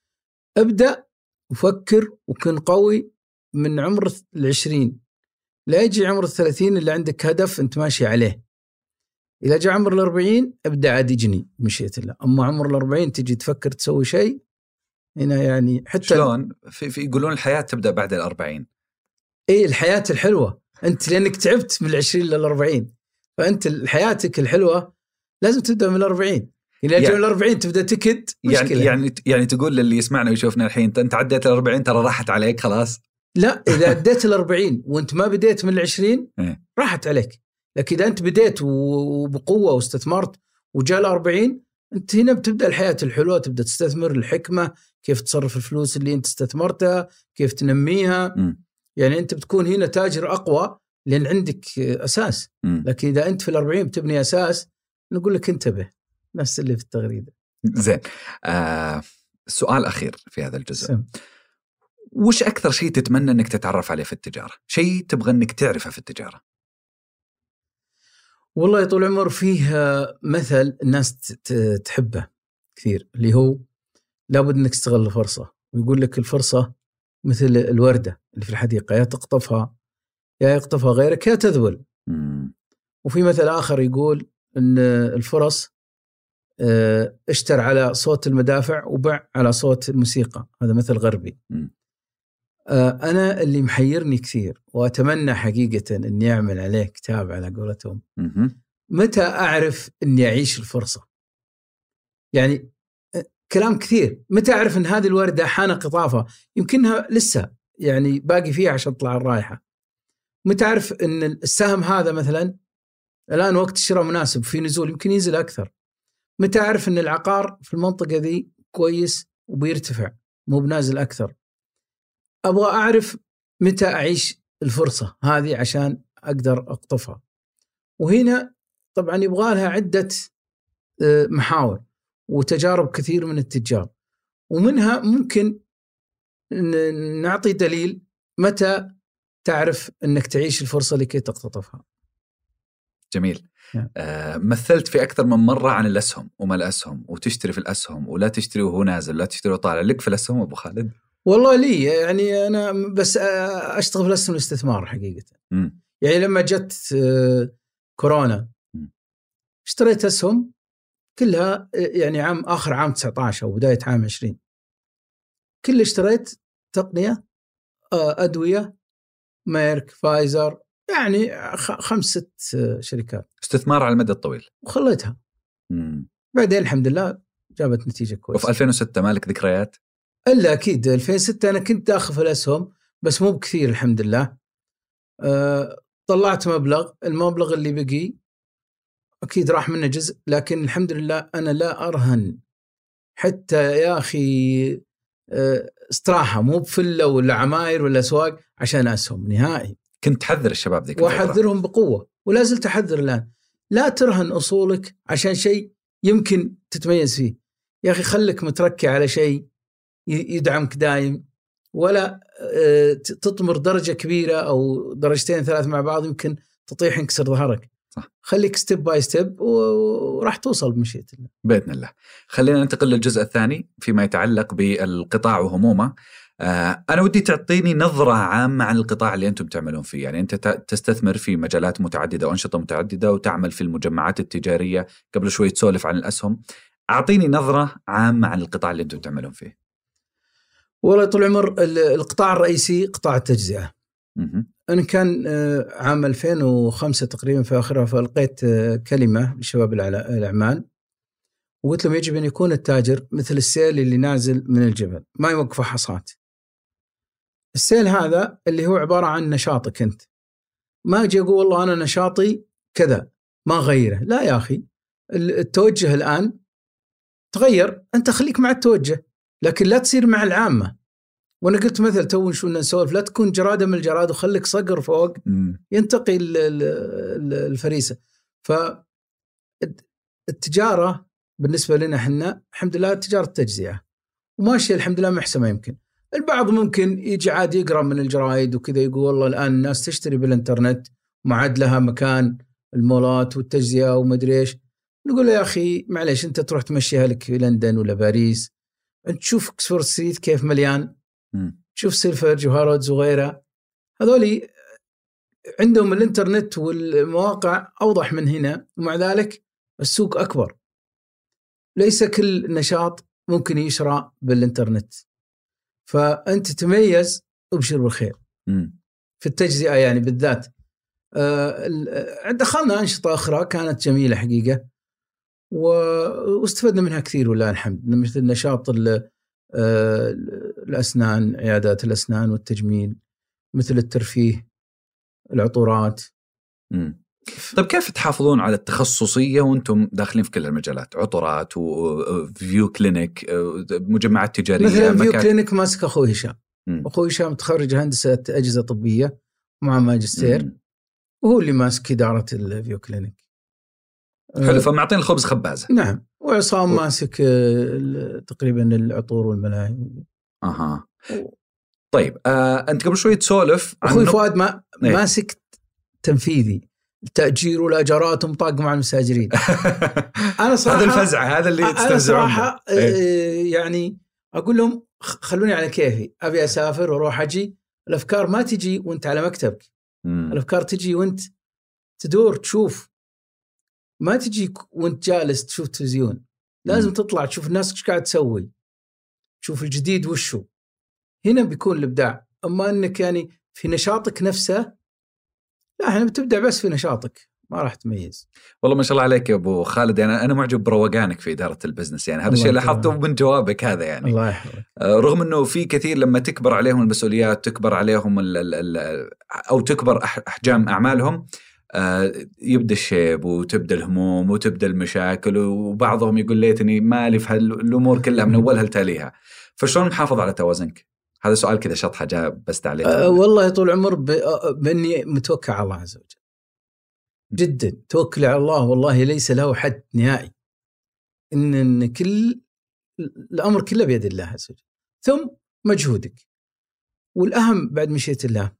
S2: أبدأ وفكر وكن قوي من عمر 20 لا يجي عمر 30 اللي عندك هدف أنت ماشي عليه. إذا جاء عمر 40 أبدأ عاد يجني مشيئة الله. أما عمر 40 تجي تفكر تسوي شيء هنا يعني حتى
S1: شلون في يقولون الحياة تبدأ بعد 40.
S2: إيه الحياة الحلوة أنت لأنك تعبت من 20 40، فأنت حياتك الحلوة لازم تبدأ من 40. إذا جاء من 40 تبدأ تكد مشكلة.
S1: يعني تقول للي يسمعنا ويشوفنا الحين أنت عديت 40 ترى راحت عليك خلاص.
S2: لا إذا عديت 40 وأنت ما بديت من 20 راحت عليك. لكن إذا أنت بديت وبقوة واستثمرت وجاء 40 أنت هنا بتبدأ الحياة الحلوة. تبدأ تستثمر الحكمة، كيف تصرف الفلوس اللي أنت استثمرتها، كيف تنميها. يعني أنت بتكون هنا تاجر أقوى لأن عندك أساس. لكن إذا أنت في 40 بتبني أساس نقول لك انتبه، نفس اللي في التغريدة.
S1: زين. سؤال أخير في هذا الجزء. وش أكثر شيء تتمنى أنك تتعرف عليه في التجارة؟ شيء تبغى أنك تعرفه في التجارة؟
S2: والله طول عمر فيه مثل الناس تحبه كثير اللي هو لابد أنك تستغل الفرصة. ويقول لك الفرصة مثل الوردة اللي في الحديقة، يا تقطفها يا يقطفها غيرك يا تذبل. وفي مثل آخر يقول أن الفرص اشتر على صوت المدافع وبع على صوت الموسيقى، هذا مثل غربي. أنا اللي محيرني كثير وأتمنى حقيقة أني أعمل عليه كتاب على قولتهم، متى أعرف أني أعيش الفرصة؟ يعني كلام كثير، متى أعرف أن هذه الوردة حان قطافها، يمكنها لسه يعني باقي فيها عشان تطلع الرائحة. متى أعرف أن السهم هذا مثلا الآن وقت الشراء مناسب، في نزول يمكن ينزل أكثر. متى أعرف أن العقار في المنطقة ذي كويس وبيرتفع مو بنازل أكثر؟ أبغى أعرف متى أعيش الفرصة هذه عشان أقدر أقطفها. وهنا طبعا يبغى لها عدة محاور وتجارب كثير من التجار، ومنها ممكن نعطي دليل متى تعرف أنك تعيش الفرصة لكي تقتطفها.
S1: جميل. مثلت في أكثر من مرة عن الأسهم وما الأسهم، وتشتري في الأسهم ولا تشتري وهو نازل، لا تشتري وطالع. لك في الأسهم أبو خالد؟
S2: والله لي يعني أنا بس أشتغل في الأسهم الاستثمار حقيقة. يعني لما جت كورونا اشتريت أسهم كلها، يعني آخر عام 19 أو بداية عام 20 كل اشتريت تقنية، أدوية، ميرك، فايزر، يعني 5-6 شركات
S1: استثمار على المدى الطويل،
S2: وخليتها. بعدين الحمد لله جابت نتيجة كويسة.
S1: وفي 2006 مالك ذكريات؟
S2: إلا أكيد 2006 أنا كنت داخل في الأسهم بس مو بكثير الحمد لله. طلعت المبلغ اللي بقي أكيد راح منه جزء، لكن الحمد لله أنا لا أرهن حتى يا أخي استراحة، مو بفلة ولا عماير ولا أسواق عشان أسهم نهائي.
S1: كنت تحذر الشباب ذيك
S2: وأحذرهم بقوة ولا زلت أحذر الآن. لا ترهن أصولك عشان شيء يمكن تتميز فيه. يا أخي خلك متركي على شيء يدعمك دايم، ولا تطمر درجة كبيرة أو درجتين 3 مع بعض يمكن تطيح انكسر ظهرك.
S1: صح.
S2: خليك ستيب باي ستيب وراح توصل بمشيئة الله
S1: بإذن الله. خلينا ننتقل للجزء الثاني فيما يتعلق بالقطاع وهمومه. أنا ودي تعطيني نظرة عامة عن القطاع اللي أنتم تعملون فيه. يعني أنت تستثمر في مجالات متعددة وأنشطة متعددة وتعمل في المجمعات التجارية. قبل شوي تسولف عن الأسهم. أعطيني نظرة عامة عن القطاع اللي أنتم تعملون فيه.
S2: والله طول العمر القطاع الرئيسي قطاع التجزئة. أنا كان عام 2005 تقريبا في آخرها، فألقيت كلمة لشباب الأعمال وقلت لهم يجب أن يكون التاجر مثل السيل اللي نازل من الجبل ما يوقف حصات. السيل هذا اللي هو عبارة عن نشاطك أنت، ما أجي أقول والله أنا نشاطي كذا ما غيره. لا يا أخي، التوجه الآن تغير، أنت خليك مع التوجه لكن لا تصير مع العامة. وأنا قلت مثل تو شو نسولف، لا تكون جرادة من الجراد وخليك صقر فوق ينتقي الفريسة. فالتجارة بالنسبة لنا احنا الحمد لله تجارة تجزئة وماشية الحمد لله محسمة. يمكن البعض ممكن يجي عادي يقرأ من الجرايد وكذا يقول والله الآن الناس تشتري بالإنترنت معاد لها مكان المولات والتجزئة ومدري إيش. نقول له يا أخي معليش، أنت تروح تمشيها لك في لندن ولا باريس، أنت تشوف إكسفورد ستريت كيف مليان، تشوف سيلفرج وهارودز وغيرها، هذولي عندهم الإنترنت والمواقع أوضح من هنا، ومع ذلك السوق أكبر. ليس كل نشاط ممكن يشرى بالإنترنت، فأنت تميز وبشر بالخير في التجزئة يعني بالذات. دخلنا أنشطة أخرى كانت جميلة حقيقة واستفدنا منها كثير والله الحمد، مثل نشاط الأسنان، عيادات الأسنان والتجميل، مثل الترفيه، العطورات.
S1: طيب كيف تحافظون على التخصصية وأنتم داخلين في كل المجالات؟ عطورات وفيو كلينيك، مجمعات تجارية.
S2: مثلا فيو كلينيك ماسك أخوي هشام. أخوي هشام تخرج هندسة أجهزة طبية مع ماجستير، وهو اللي ماسك إدارة الفيو كلينيك.
S1: حلو، فمعطين الخبز خبازة.
S2: نعم. وعصام ماسك تقريبا العطور والملاهي.
S1: طيب أنت قبل شوي تسولف عن
S2: أخوي فؤاد ماسك تنفيذي، التأجير والأجارات ومطاق مع المستأجرين. أنا صراحة
S1: هذا الفزع، هذا اللي تستهزئون.
S2: أنا صراحة يعني أقول لهم خلوني على كيفي، أبي أسافر وأروح أجي. الأفكار ما تجي وأنت على مكتبك، الأفكار تجي وأنت تدور تشوف، ما تجي وأنت جالس تشوف تلفزيون. لازم تطلع تشوف الناس ايش قاعد تسوي، تشوف الجديد وشو، هنا بيكون الإبداع. أما أنك يعني في نشاطك نفسه، لا، احنا بتبدع بس في نشاطك، ما راح تميز.
S1: والله ما شاء الله عليك يا أبو خالد، يعني أنا معجب بروقانك في إدارة البزنس، يعني هذا الشيء لاحظته من جوابك هذا يعني.
S2: الله يحفظك.
S1: رغم أنه في كثير لما تكبر عليهم المسؤوليات، تكبر عليهم أو تكبر أحجام أعمالهم، يبدأ الشيب وتبدأ الهموم وتبدأ المشاكل، وبعضهم يقول ليتني مالي في هالأمور كلها من أولها لتاليها. فشلون محافظ على توازنك؟ هذا سؤال كذا شطحة جاء بس تعليق.
S2: والله طول عمر بأني متوكل على الله عز وجل جدا. توكل على الله والله ليس له حد نهائي، إن كل الأمر كله بيد الله عز وجل، ثم مجهودك. والأهم بعد مشيئة الله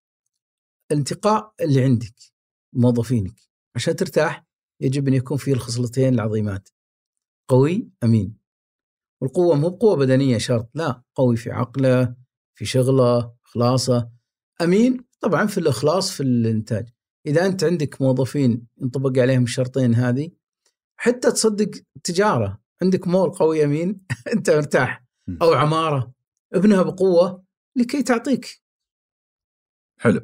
S2: الانتقاء اللي عندك موظفينك. عشان ترتاح يجب أن يكون فيه الخصلتين العظيمات: قوي أمين. والقوة مو بقوة بدنية شرط، لا، قوي في عقله، في شغله، إخلاصه. أمين طبعا في الإخلاص في الإنتاج. إذا أنت عندك موظفين ينطبق عليهم الشرطين هذه، حتى تصدق تجارة، عندك مول قوي أمين أنت مرتاح، أو عمارة ابنها بقوة لكي تعطيك.
S1: حلو.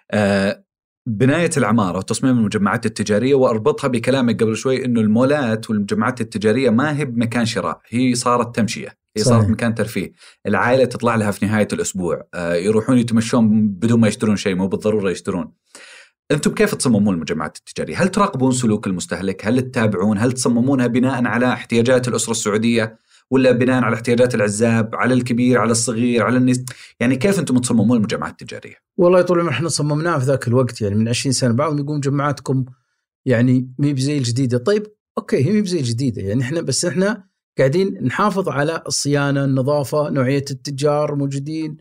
S1: بناية العمارة وتصميم المجمعات التجارية، وأربطها بكلامك قبل شوي إنه المولات والمجمعات التجارية ما هي بمكان شراء، هي صارت تمشية، هي صارت
S2: صحيح.
S1: مكان ترفيه. العائلة تطلع لها في نهاية الأسبوع، يروحون يتمشون بدون ما يشترون شيء، مو بالضرورة يشترون. أنتم كيف تصممون المجمعات التجارية؟ هل تراقبون سلوك المستهلك؟ هل تتابعون؟ هل تصممونها بناء على احتياجات الأسرة السعودية، ولا بناء على احتياجات العزاب، على الكبير، على الصغير، على الناس؟ يعني كيف أنتم تصممون المجمعات التجارية؟
S2: والله طول ما احنا صممناها في ذاك الوقت، يعني من 20 سنة. بعضهم يقول جماعاتكم يعني مي بزي الجديدة. طيب أوكي، هي مي بزي الجديدة، يعني احنا قاعدين نحافظ على الصيانة، النظافة، نوعية التجار موجودين،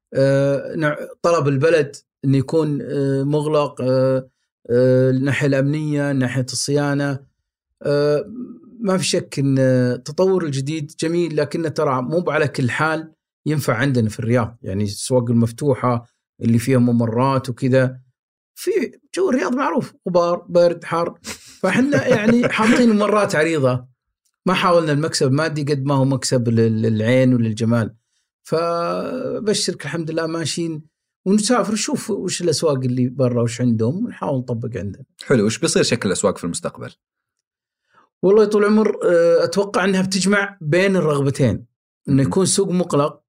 S2: طلب البلد أن يكون مغلق، الناحية الأمنية، ناحية الصيانة. ما في شك أن التطور الجديد جميل، لكن ترى مو على كل حال ينفع عندنا في الرياض. يعني السواق المفتوحة اللي فيها ممرات وكذا، في جو الرياض معروف غبار، برد، حر، فإحنا يعني حاطين ممرات عريضة. ما حاولنا المكسب المادي قد ما هو مكسب للعين وللجمال. فبشرك الحمد لله ماشيين، ونسافر نشوف وش الأسواق اللي برا وش عندهم، ونحاول نطبق عندنا.
S1: حلو. وش بيصير شكل الأسواق في المستقبل؟
S2: والله طول عمر أتوقع أنها بتجمع بين الرغبتين، أنه يكون سوق مغلق،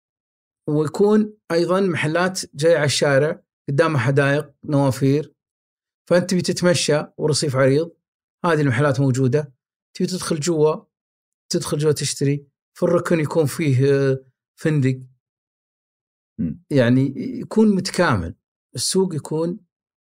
S2: ويكون أيضا محلات جاية على الشارع قدامها حدائق، نوافير، فأنت تبي تتمشى ورصيف عريض، هذه المحلات موجودة. تبي تدخل جوا تشتري، في الركن يكون فيه فندق، يعني يكون متكامل. السوق يكون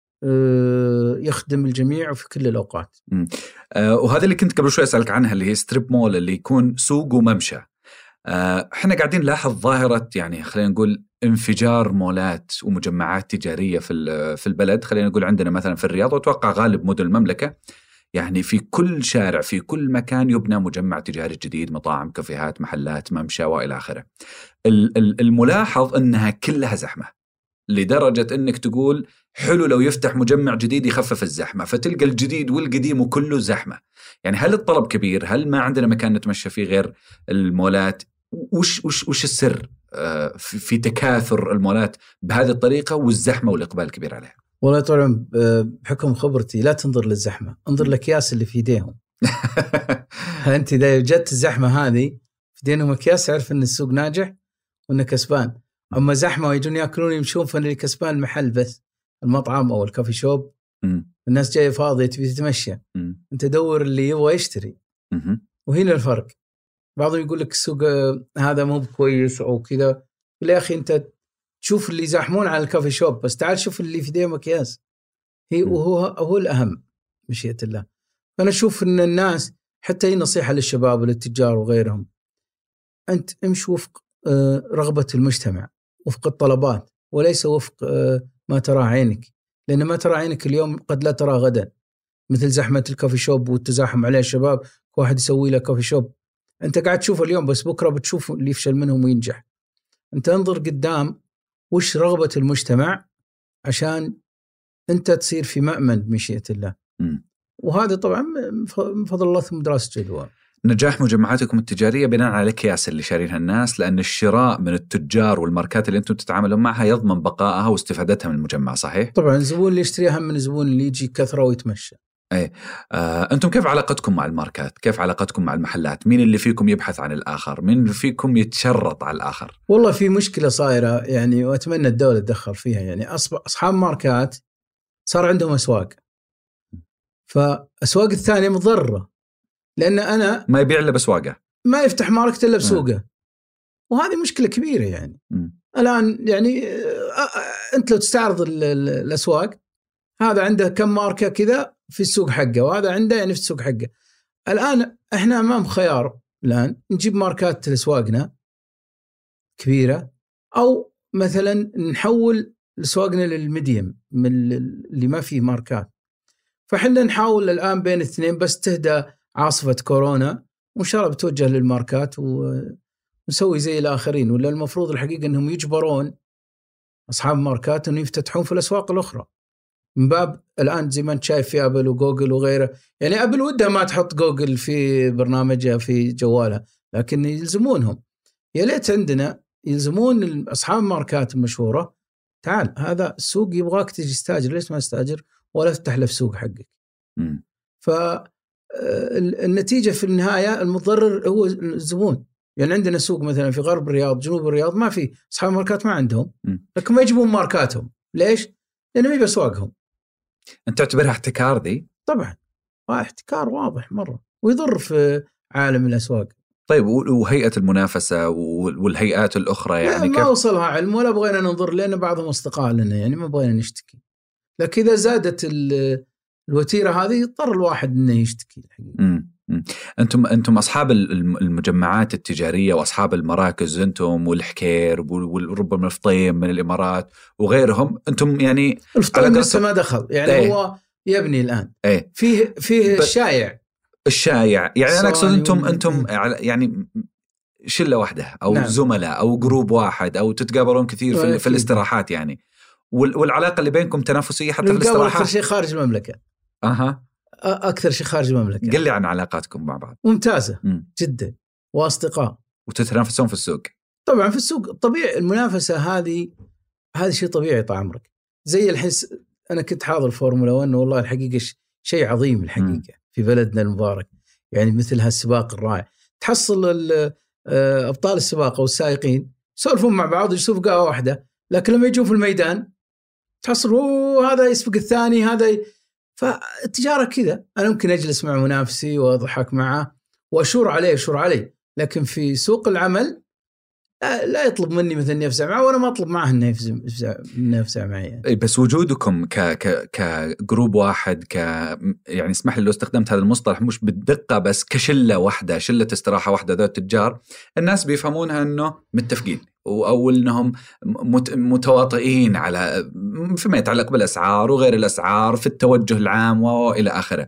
S2: يخدم الجميع وفي كل الأوقات.
S1: وهذا اللي كنت قبل شوي أسألك عنها، اللي هي ستريب مول، اللي يكون سوق وممشى. احنا قاعدين نلاحظ ظاهرة، يعني خلينا نقول انفجار مولات ومجمعات تجارية في البلد. خلينا نقول عندنا مثلا في الرياض، وأتوقع غالب مدن المملكة، يعني في كل شارع في كل مكان يبنى مجمع تجاري جديد، مطاعم، كافيهات، محلات، ممشى وإلى آخره. الملاحظ أنها كلها زحمة، لدرجة أنك تقول حلو لو يفتح مجمع جديد يخفف الزحمة، فتلقى الجديد والقديم وكله زحمة. يعني هل الطلب كبير؟ هل ما عندنا مكان نتمشى فيه غير المولات؟ وش السر في تكاثر المولات بهذه الطريقة والزحمة والإقبال الكبير عليها؟
S2: والله طبعا بحكم خبرتي لا تنظر للزحمة، انظر لأكياس اللي في يديهم. أنت إذا جت الزحمة هذه في يدينهم أكياس، عرف أن السوق ناجح وأنه كسبان. أما زحمة ويجون يأكلون يمشون، فأنا كسبان المحل بس، المطعم أو الكافي شوب. الناس جاية فاضية تبي تتمشى، أنت دور اللي يبغى يشتري. وهنا الفرق. بعضهم يقول لك السوق هذا مو كويس أو كذا، يا أخي أنت تشوف اللي يزاحمون على الكافي شوب، بس تعال شوف اللي في ديهم أكياس. وهو الأهم مشيئة الله. فأنا أشوف أن الناس، حتى هي نصيحة للشباب وللتجار وغيرهم، أنت امش وفق رغبة المجتمع، وفق الطلبات، وليس وفق ما ترى عينك. لأن ما ترى عينك اليوم قد لا ترى غدا، مثل زحمة الكافي شوب والتزاحم عليه الشباب، واحد يسوي له كافي شوب، أنت قاعد تشوف اليوم، بس بكرة بتشوف اللي يفشل منهم وينجح. أنت انظر قدام وش رغبة المجتمع عشان أنت تصير في مأمن بمشيئة الله. وهذا طبعا من فضل الله ثم دراسة جدوى.
S1: نجاح مجمعاتكم التجارية بناء على الأكياس اللي شارينها الناس، لأن الشراء من التجار والماركات اللي أنتم تتعاملون معها يضمن بقائها واستفادتها من المجمع، صحيح؟
S2: طبعا الزبون اللي يشتريها من الزبون اللي يجي كثرة ويتمشى.
S1: أي. أنتم كيف علاقتكم مع الماركات؟ كيف علاقتكم مع المحلات؟ مين اللي فيكم يبحث عن الآخر؟ مين اللي فيكم يتشرط على الآخر؟
S2: والله في مشكلة صايرة يعني، وأتمنى الدولة تدخل فيها. يعني أصحاب ماركات صار عندهم أسواق، فأسواق الثانية مضرة، لأن أنا
S1: ما يبيع إلا بسواقه،
S2: ما يفتح ماركته إلا بسوقه. وهذه مشكلة كبيرة يعني. الآن يعني أنت لو تستعرض الأسواق، هذا عنده كم ماركة كذا في السوق حقه، وهذا عنده يعني في السوق حقه. الآن إحنا أمام خيار، الآن نجيب ماركات لأسواقنا كبيرة، أو مثلا نحول لأسواقنا للميديم من اللي ما فيه ماركات. فحنا نحاول الآن بين الاثنين، بس تهدى عاصفة كورونا وإن شاء الله بتوجه للماركات ونسوي زي الآخرين. ولا المفروض الحقيقة أنهم يجبرون أصحاب ماركات أنهم يفتتحون في الأسواق الأخرى، من باب الآن زي ما أنت شايف في أبل وجوجل وغيره. يعني أبل ودها ما تحط جوجل في برنامجها في جوالها، لكن يلزمونهم. يا ليت عندنا يلزمون أصحاب الماركات المشهورة، تعال هذا السوق يبغاك تجي تستاجر، ليش ما تستاجر ولا تفتح له في سوق حقك؟ فالنتيجة في النهاية المضرر هو الزبون. يعني عندنا سوق مثلا في غرب الرياض، جنوب الرياض، ما في أصحاب الماركات، ما عندهم، لكن ما يجيبون ماركاتهم. ليش؟ لأنهم يبي أسواقهم.
S1: أنت تعتبرها احتكار دي؟
S2: طبعا احتكار واضح مرة، ويضر في عالم الأسواق.
S1: طيب وهيئة المنافسة والهيئات الأخرى يعني
S2: ما وصلها علم ولا بغينا ننظر، لأن بعضهم أصدقاء لنا يعني ما بغينا نشتكي. لكن إذا زادت الوتيرة هذه يضطر الواحد إنه يشتكي الحقيقة.
S1: أنتم أصحاب المجمعات التجارية وأصحاب المراكز، أنتم والحكير وربما الفطيم من الإمارات وغيرهم، أنتم يعني
S2: الفطيم لسه ما دخل يعني. ايه؟ هو يبني الآن.
S1: ايه؟
S2: فيه الشايع
S1: يعني أنا أقصد أنتم يعني شلة واحدة أو نعم. زملاء أو جروب واحد، أو تتقابلون كثير في الاستراحات يعني، والعلاقة اللي بينكم تنافسية حتى في الاستراحات.
S2: أكثر شيء خارج المملكة. أكثر شيء خارج المملكة.
S1: قل لي عن علاقاتكم مع بعض.
S2: ممتازة جدا، وأصدقاء.
S1: وتتنافسون في السوق؟
S2: طبعا في السوق طبيعي، المنافسة هذه شيء طبيعي طال عمرك. زي الحس أنا كنت حاضر الفورمولا 1، والله الحقيقة شيء عظيم الحقيقة في بلدنا المبارك. يعني مثل هالسباق الرائع، تحصل أبطال السباق والسائقين يسولفون مع بعض يجلسون في قهوة واحدة، لكن لما يجون في الميدان تحصل هذا يسبق الثاني، هذا فالتجارة كذا. أنا ممكن أجلس مع منافسي وأضحك معه وأشور عليه، لكن في سوق العمل لا يطلب مني مثلا يفزع معه، وأنا ما أطلب معه إنه يفزع معي يعني.
S1: بس وجودكم كجروب واحد، يعني اسمح لي لو استخدمت هذا المصطلح مش بالدقة، بس كشلة واحدة، شلة استراحة واحدة ذات التجار، الناس بيفهمونها إنه متفقين أو إنهم متواطئين على فيما يتعلق بالأسعار وغير الأسعار في التوجه العام وإلى آخره.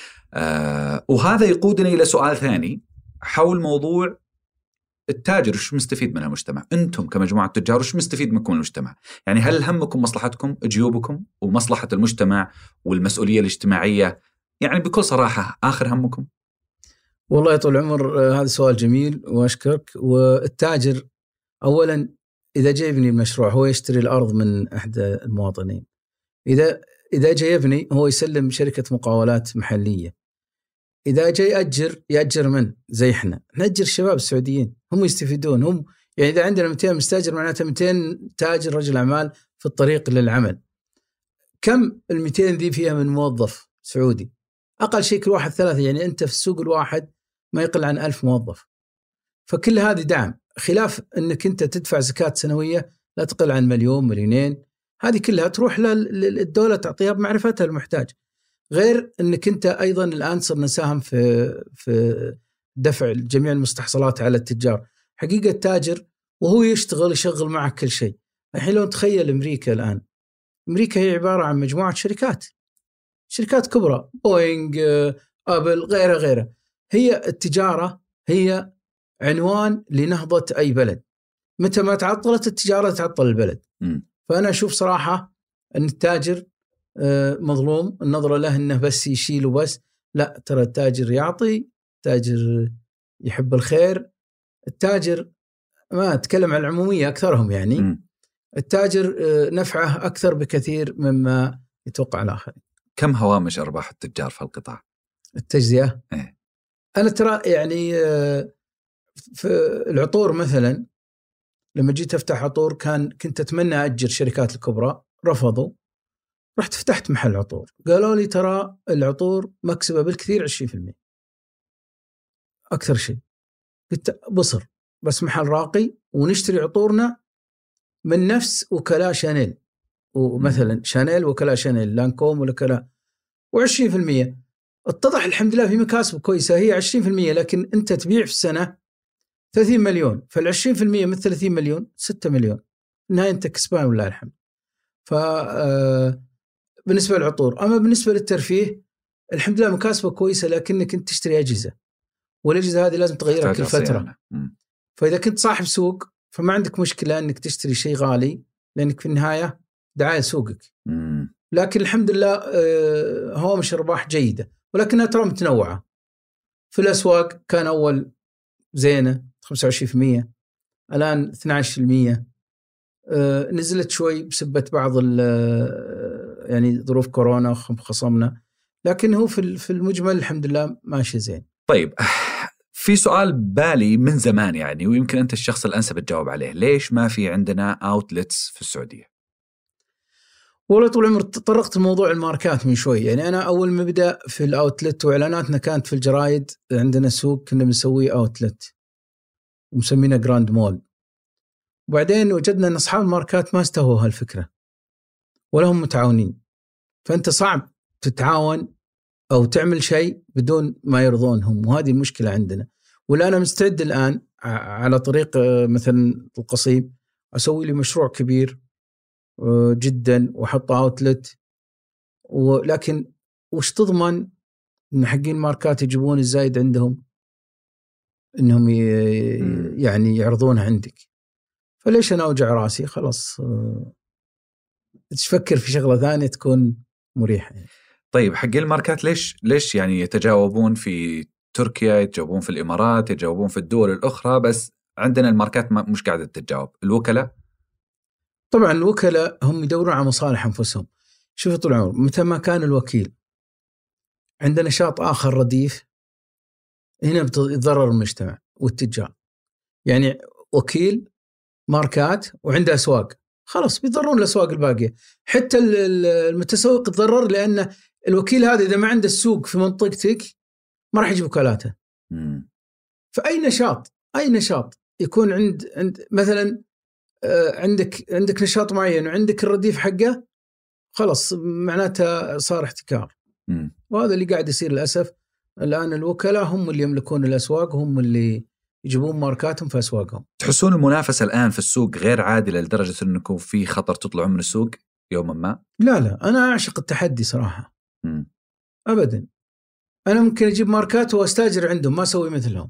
S1: وهذا يقودني إلى سؤال ثاني حول موضوع التاجر. وش مستفيد من المجتمع؟ أنتم كمجموعة تجار وش مستفيد منكم المجتمع؟ يعني هل همكم مصلحتكم، جيوبكم، ومصلحة المجتمع والمسؤولية الاجتماعية؟ يعني بكل صراحة آخر همكم؟
S2: والله يا طول العمر هذا سؤال جميل وأشكرك. والتاجر أولا إذا جاي يبني المشروع هو يشتري الأرض من أحد المواطنين. إذا جاي يبني هو يسلم شركة مقاولات محلية. إذا جاي يأجر من زي إحنا نأجر الشباب السعوديين، هم يستفيدون. هم يعني إذا عندنا 200 مستاجر معناته 200 تاجر رجل أعمال في الطريق للعمل. كم 200 ذي فيها من موظف سعودي؟ أقل شيء كل واحد 3. يعني أنت في السوق الواحد ما يقل عن 1000 موظف. فكل هذه دعم، خلاف أنك أنت تدفع زكاة سنوية لا تقل عن 1-2 مليون. هذه كلها تروح للدولة تعطيها بمعرفتها المحتاج. غير أنك أنت أيضا الآن صرنا نساهم في دفع جميع المستحصلات على التجار. حقيقة التاجر وهو يشغل معك كل شيء. الحين لو تخيل أمريكا الآن، أمريكا هي عبارة عن مجموعة شركات كبرى، بوينغ، أبل، غيره. هي التجارة هي عنوان لنهضة أي بلد. متى ما تعطلت التجارة تعطل البلد. فأنا أشوف صراحة أن التاجر مظلوم. النظرة له أنه بس يشيل وبس. لا، ترى التاجر يعطي، تاجر يحب الخير. التاجر ما أتكلم عن العمومية أكثرهم يعني التاجر نفعه أكثر بكثير مما يتوقع الآخرين.
S1: كم هوامش أرباح التجار في القطاع؟
S2: التجزئة أنا ترى يعني في العطور مثلا لما جيت أفتح عطور كنت أتمنى أجر شركات الكبرى، رفضوا. رحت فتحت محل عطور، قالوا لي ترى العطور مكسبة بالكثير 20% أكثر شيء. قلت بصر بس محل راقي ونشتري عطورنا من نفس وكلاء شانيل، ومثلا شانيل وكلاء شانيل، لانكوم وكلاء، و20%. اتضح الحمد لله في مكاسب كويسة، هي 20%، لكن أنت تبيع في السنة 30 مليون، فال20% من 30 مليون 6 مليون، النهاية أنت كسبان والله الحمد. بالنسبة للعطور. أما بالنسبة للترفيه الحمد لله مكاسبة كويسة، لكنك أنت تشتري أجهزة، والأجهزة هذه لازم تغيرها كل فترة. فإذا كنت صاحب سوق فما عندك مشكلة أنك تشتري شيء غالي، لأنك في النهاية دعاية سوقك. لكن الحمد لله هوامش أرباح جيدة، ولكنها ترى متنوعة. في الأسواق كان أول زينة 25%، الآن 12%. نزلت شوي بسبة بعض يعني ظروف كورونا خصمنا، لكن هو في المجمل الحمد لله ماشي زين.
S1: طيب في سؤال بالي من زمان يعني، ويمكن أنت الشخص الأنسب تجاوب عليه، ليش ما في عندنا أوتلتس في السعودية؟
S2: والله طول عمر تطرقت لموضوع الماركات من شوي. يعني أنا أول ما بدأ في الأوتلت وإعلاناتنا كانت في الجرايد، عندنا سوق كنا بنسويه أوتلت ومسمينه جراند مول. وبعدين وجدنا أن أصحاب الماركات ما استووا هالفكرة ولا هم متعاونين، فأنت صعب تتعاون أو تعمل شيء بدون ما يرضونهم، وهذه المشكلة عندنا. ولا أنا مستعد الآن على طريق مثلا القصيم أسوي لي مشروع كبير جدا وحط أوتلت، ولكن وش تضمن إن حقين ماركات يجيبون الزايد عندهم إنهم يعني يعرضونه عندك؟ فليش أنا أوجع راسي؟ خلاص تفكر في شغلة ثانية تكون مريحة.
S1: طيب حقين الماركات ليش يعني يتجاوبون في تركيا، يتجاوبون في الإمارات، يتجاوبون في الدول الأخرى، بس عندنا الماركات مش قاعدة تتجاوب؟ الوكلاء
S2: طبعا الوكلاء هم يدورون على مصالح أنفسهم. شوف طول العمر متى ما كان الوكيل عنده نشاط آخر رديف، هنا بيتضرر المجتمع والتجار. يعني وكيل ماركات وعنده أسواق، خلاص بيضرون الأسواق الباقية. حتى المتسوق يتضرر، لأن الوكيل هذا إذا ما عنده السوق في منطقتك ما راح يجيب وكالاته. فأي نشاط يكون عند مثلا عندك نشاط معين وعندك الرديف حقه، خلاص معناته صار احتكار. وهذا اللي قاعد يصير للأسف. الآن الوكلاء هم اللي يملكون الأسواق، هم اللي يجيبون ماركاتهم في أسواقهم.
S1: تحسون المنافسة الآن في السوق غير عادلة لدرجة أنكم في خطر تطلعون من السوق يوما ما؟
S2: لا أنا أعشق التحدي صراحة. أبدا. أنا ممكن أجيب ماركات وأستاجر عندهم، ما أسوي مثلهم،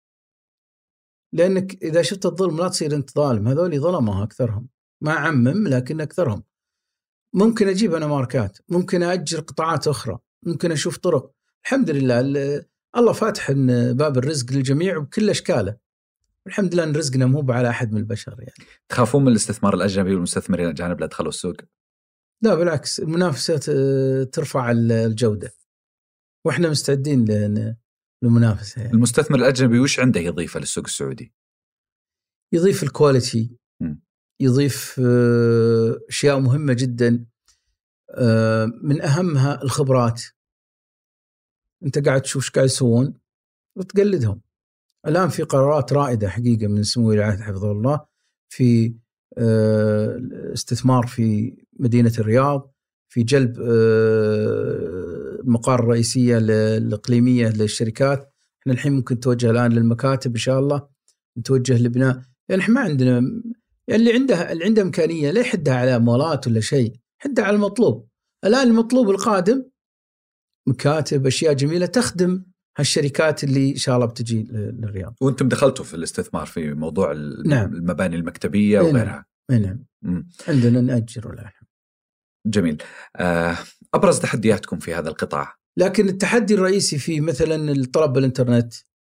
S2: لأنك إذا شفت الظلم لا تصير أنت ظالم. هذول ظلمها أكثرهم، ما عمم لكن أكثرهم. ممكن أجيب أنا ماركات، ممكن أأجر قطاعات أخرى، ممكن أشوف طرق. الحمد لله الله فاتح باب الرزق للجميع بكل أشكاله، والحمد لله أن رزقنا مو على أحد من البشر. يعني
S1: تخافون من الاستثمار الأجنبي والمستثمرين الأجانب لا دخلوا السوق؟
S2: لا بالعكس، المنافسة ترفع الجودة، وإحنا مستعدين للمنافسة. يعني
S1: المستثمر الأجنبي وش عنده يضيفه للسوق السعودي؟
S2: يضيف الكواليتي، يضيف أشياء مهمة جدا، من أهمها الخبرات. أنت قاعد تشوف قاعد يسوون وتقلدهم. الآن في قرارات رائدة حقيقة من سمو ولي العهد حفظه الله في استثمار في مدينة الرياض، في جلب المقار الرئيسية الإقليمية للشركات. احنا الحين ممكن نتوجه الآن للمكاتب إن شاء الله، نتوجه لبناء. يعني احنا ما عندنا يعني اللي عنده إمكانية لا يحدها على مولات ولا شيء، حدها على المطلوب. الآن المطلوب القادم مكاتب، أشياء جميلة تخدم هالشركات اللي إن شاء الله بتجي للرياض.
S1: وأنتم دخلتوا في الاستثمار في موضوع
S2: نعم.
S1: المباني المكتبية وغيرها؟
S2: نعم. عندنا نأجر ولا.
S1: جميل. أبرز تحدياتكم في هذا القطاع؟
S2: لكن التحدي الرئيسي فيه مثلا الطلب بالإنترنت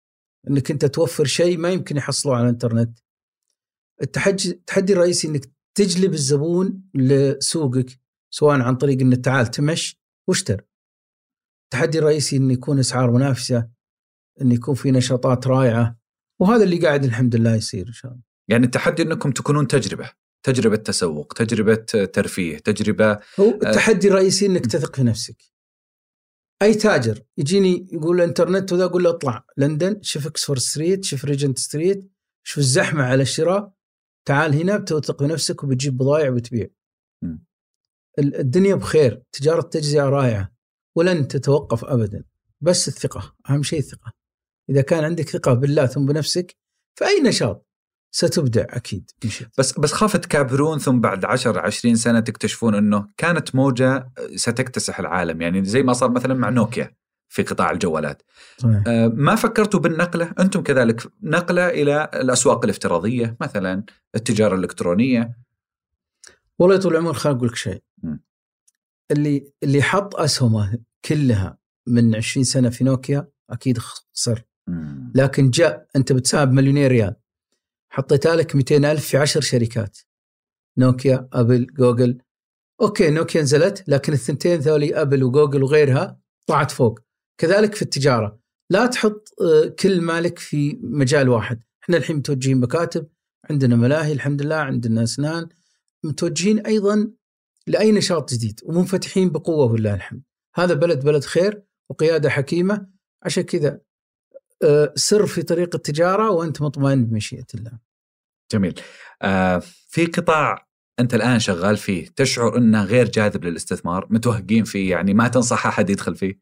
S2: أنك أنت توفر شيء ما يمكن يحصلوه على الإنترنت. التحدي الرئيسي أنك تجلب الزبون لسوقك، سواء عن طريق أنه تعال تمش واشتر. التحدي الرئيسي أن يكون أسعار منافسة، أن يكون في نشاطات رائعة، وهذا اللي قاعد الحمد لله يصير إن شاء الله.
S1: يعني التحدي أنكم تكونون تجربة تسوق، تجربة ترفيه، تجربة.
S2: هو التحدي الرئيسي أنك تثق في نفسك. أي تاجر يجيني يقول الإنترنت وذا، أقول له اطلع لندن، شوف إكسفورد ستريت، شوف ريجنت ستريت، شوف الزحمة على الشراء، تعال هنا بتوثق بنفسك وبتجيب بضائع وبتبيع. الدنيا بخير، تجارة تجزئة رائعة ولن تتوقف أبدا، بس الثقة أهم شيء. الثقة، إذا كان عندك ثقة بالله ثم بنفسك فأي نشاط ستبدع أكيد.
S1: بس خاف تكابرون ثم بعد 10-20 سنة تكتشفون أنه كانت موجة ستكتسح العالم، يعني زي ما صار مثلا مع نوكيا في قطاع الجوالات. ما فكرتوا بالنقلة أنتم كذلك، نقلة إلى الأسواق الافتراضية مثلا، التجارة الإلكترونية؟
S2: والله طول العمر خليني أقول لك شيء، اللي حط أسهمه كلها من 20 سنة في نوكيا أكيد خسر. لكن جاء أنت بتسحب مليونير ريال، حطيتها لك 200,000 في 10 شركات، نوكيا، أبل، جوجل. أوكي نوكيا نزلت، لكن الثنتين ذولي أبل وجوجل وغيرها طلعت فوق. كذلك في التجارة، لا تحط كل مالك في مجال واحد. احنا الحين متوجهين مكاتب، عندنا ملاهي الحمد لله، عندنا أسنان، متوجهين أيضا لأي نشاط جديد ومنفتحين بقوة والله الحمد. هذا بلد خير وقيادة حكيمة، عشان كذا سر في طريق التجارة وأنت مطمئن بمشيئة الله.
S1: جميل. في قطاع أنت الآن شغال فيه تشعر أنه غير جاذب للاستثمار، متوهقين فيه، يعني ما تنصح أحد يدخل فيه؟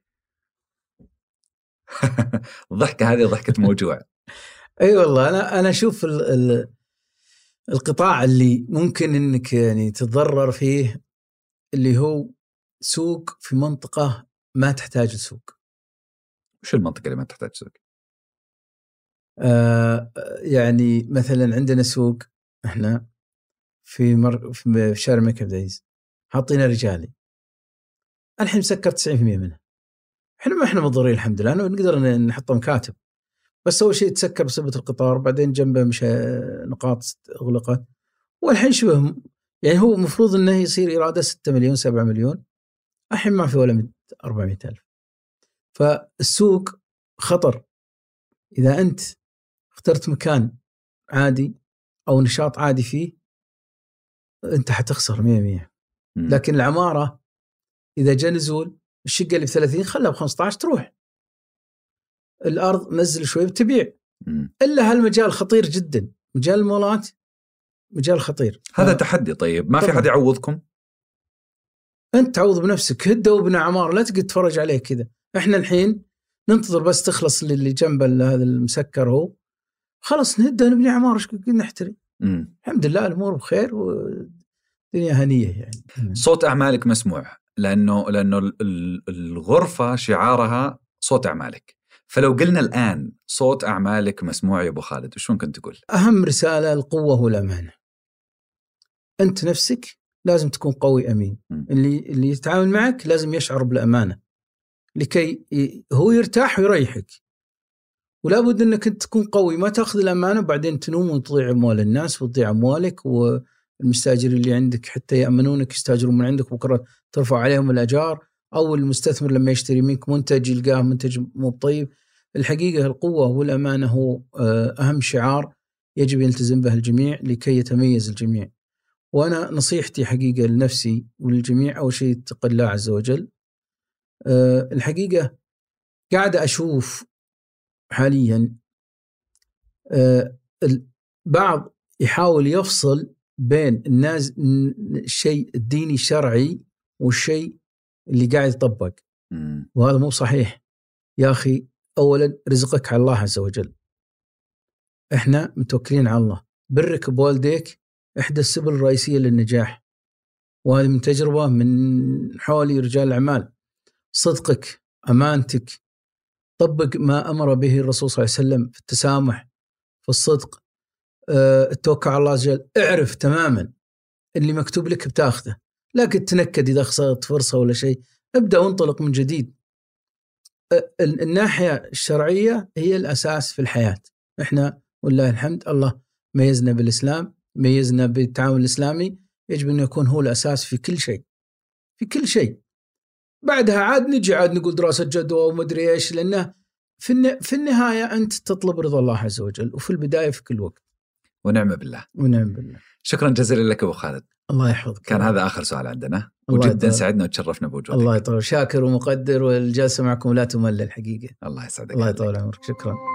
S1: الضحكة هذه ضحكة موجوع.
S2: أي والله أنا أشوف القطاع اللي ممكن إنك يعني تتضرر فيه، اللي هو سوق في منطقة ما تحتاج السوق.
S1: وش المنطقة اللي ما تحتاج سوق؟
S2: يعني مثلا عندنا سوق احنا في شارع الملك عبد العزيز حاطين رجالي، الحين مسكر 90% منه. احنا مضرين الحمد لله، نقدر نحط مكاتب، بس اول شيء تسكر بسبب القطار، بعدين جنبه مش نقاط اغلقت، والحين شبه يعني هو مفروض انه يصير اراده 6 مليون 7 مليون، الحين ما في ولا 400,000. فالسوق خطر. اذا انت اخترت مكان عادي أو نشاط عادي فيه أنت حتخسر 100%. لكن العمارة إذا جاء نزول، الشقة اللي ب30 خلها ب15 تروح، الأرض نزل شوي بتبيع. إلا هالمجال خطير جدا، مجال المولات مجال خطير.
S1: هذا تحدي. طيب ما في حد يعوضكم؟
S2: أنت تعوض بنفسك، هدوا وابن عمارة، لا تقعد تفرج عليه كذا. إحنا الحين ننتظر بس تخلص اللي جنب هذا المسكر، هو خلص نهدى نبني عمارة، ايش نحتري. الحمد لله الأمور بخير والدنيا هنية يعني.
S1: صوت أعمالك مسموع، لأنه الغرفة شعارها صوت أعمالك، فلو قلنا الآن صوت أعمالك مسموع يا أبو خالد، وش ممكن تقول؟
S2: أهم رسالة القوة والأمانة. أنت نفسك لازم تكون قوي أمين. اللي يتعامل معك لازم يشعر بالأمانة لكي هو يرتاح ويريحك. ولا بد أنك أنت تكون قوي، ما تأخذ الأمانة وبعدين تنوم وتضيع أموال الناس وتضيع أموالك، والمستاجر اللي عندك حتى يأمنونك يستاجرون من عندك بكرة ترفع عليهم الأجار، أو المستثمر لما يشتري منك منتج يلقاه منتج مو طيب. الحقيقة القوة والأمانة هو أهم شعار يجب يلتزم به الجميع لكي يتميز الجميع. وأنا نصيحتي حقيقة لنفسي وللجميع، أول شيء اتق الله عز وجل. الحقيقة قاعدة أشوف حاليا البعض يحاول يفصل بين الناس الشيء الديني الشرعي والشيء اللي قاعد يطبق، وهذا مو صحيح يا أخي. أولا رزقك على الله عز وجل، إحنا متوكلين على الله. برك بوالديك إحدى السبل الرئيسية للنجاح، وهذه من تجربة من حولي رجال الأعمال. صدقك، أمانتك، طبق ما أمر به الرسول صلى الله عليه وسلم في التسامح، في الصدق، التوكل على الله عز وجل. اعرف تماما اللي مكتوب لك بتاخذه، لا تنكد إذا خسرت فرصة ولا شيء. ابدأ وانطلق من جديد. الناحية الشرعية هي الأساس في الحياة. إحنا والله الحمد الله ميزنا بالإسلام، ميزنا بالتعاون الإسلامي، يجب أن يكون هو الأساس في كل شيء، في كل شيء. بعدها عاد نجي عاد نقول دراسة جدوى ومدري إيش، لأنه في النهاية أنت تطلب رضا الله عز وجل، وفي البداية في كل وقت.
S1: ونعم بالله.
S2: ونعم بالله.
S1: شكرا جزيلا لك أبو خالد.
S2: الله يحفظك.
S1: كان هذا آخر سؤال عندنا، وجدا سعدنا وتشرفنا بوجودك.
S2: الله يطول، شاكر ومقدر، والجلسة معكم لا تمل الحقيقة.
S1: الله يسعدك.
S2: الله يطول عمرك. شكرا.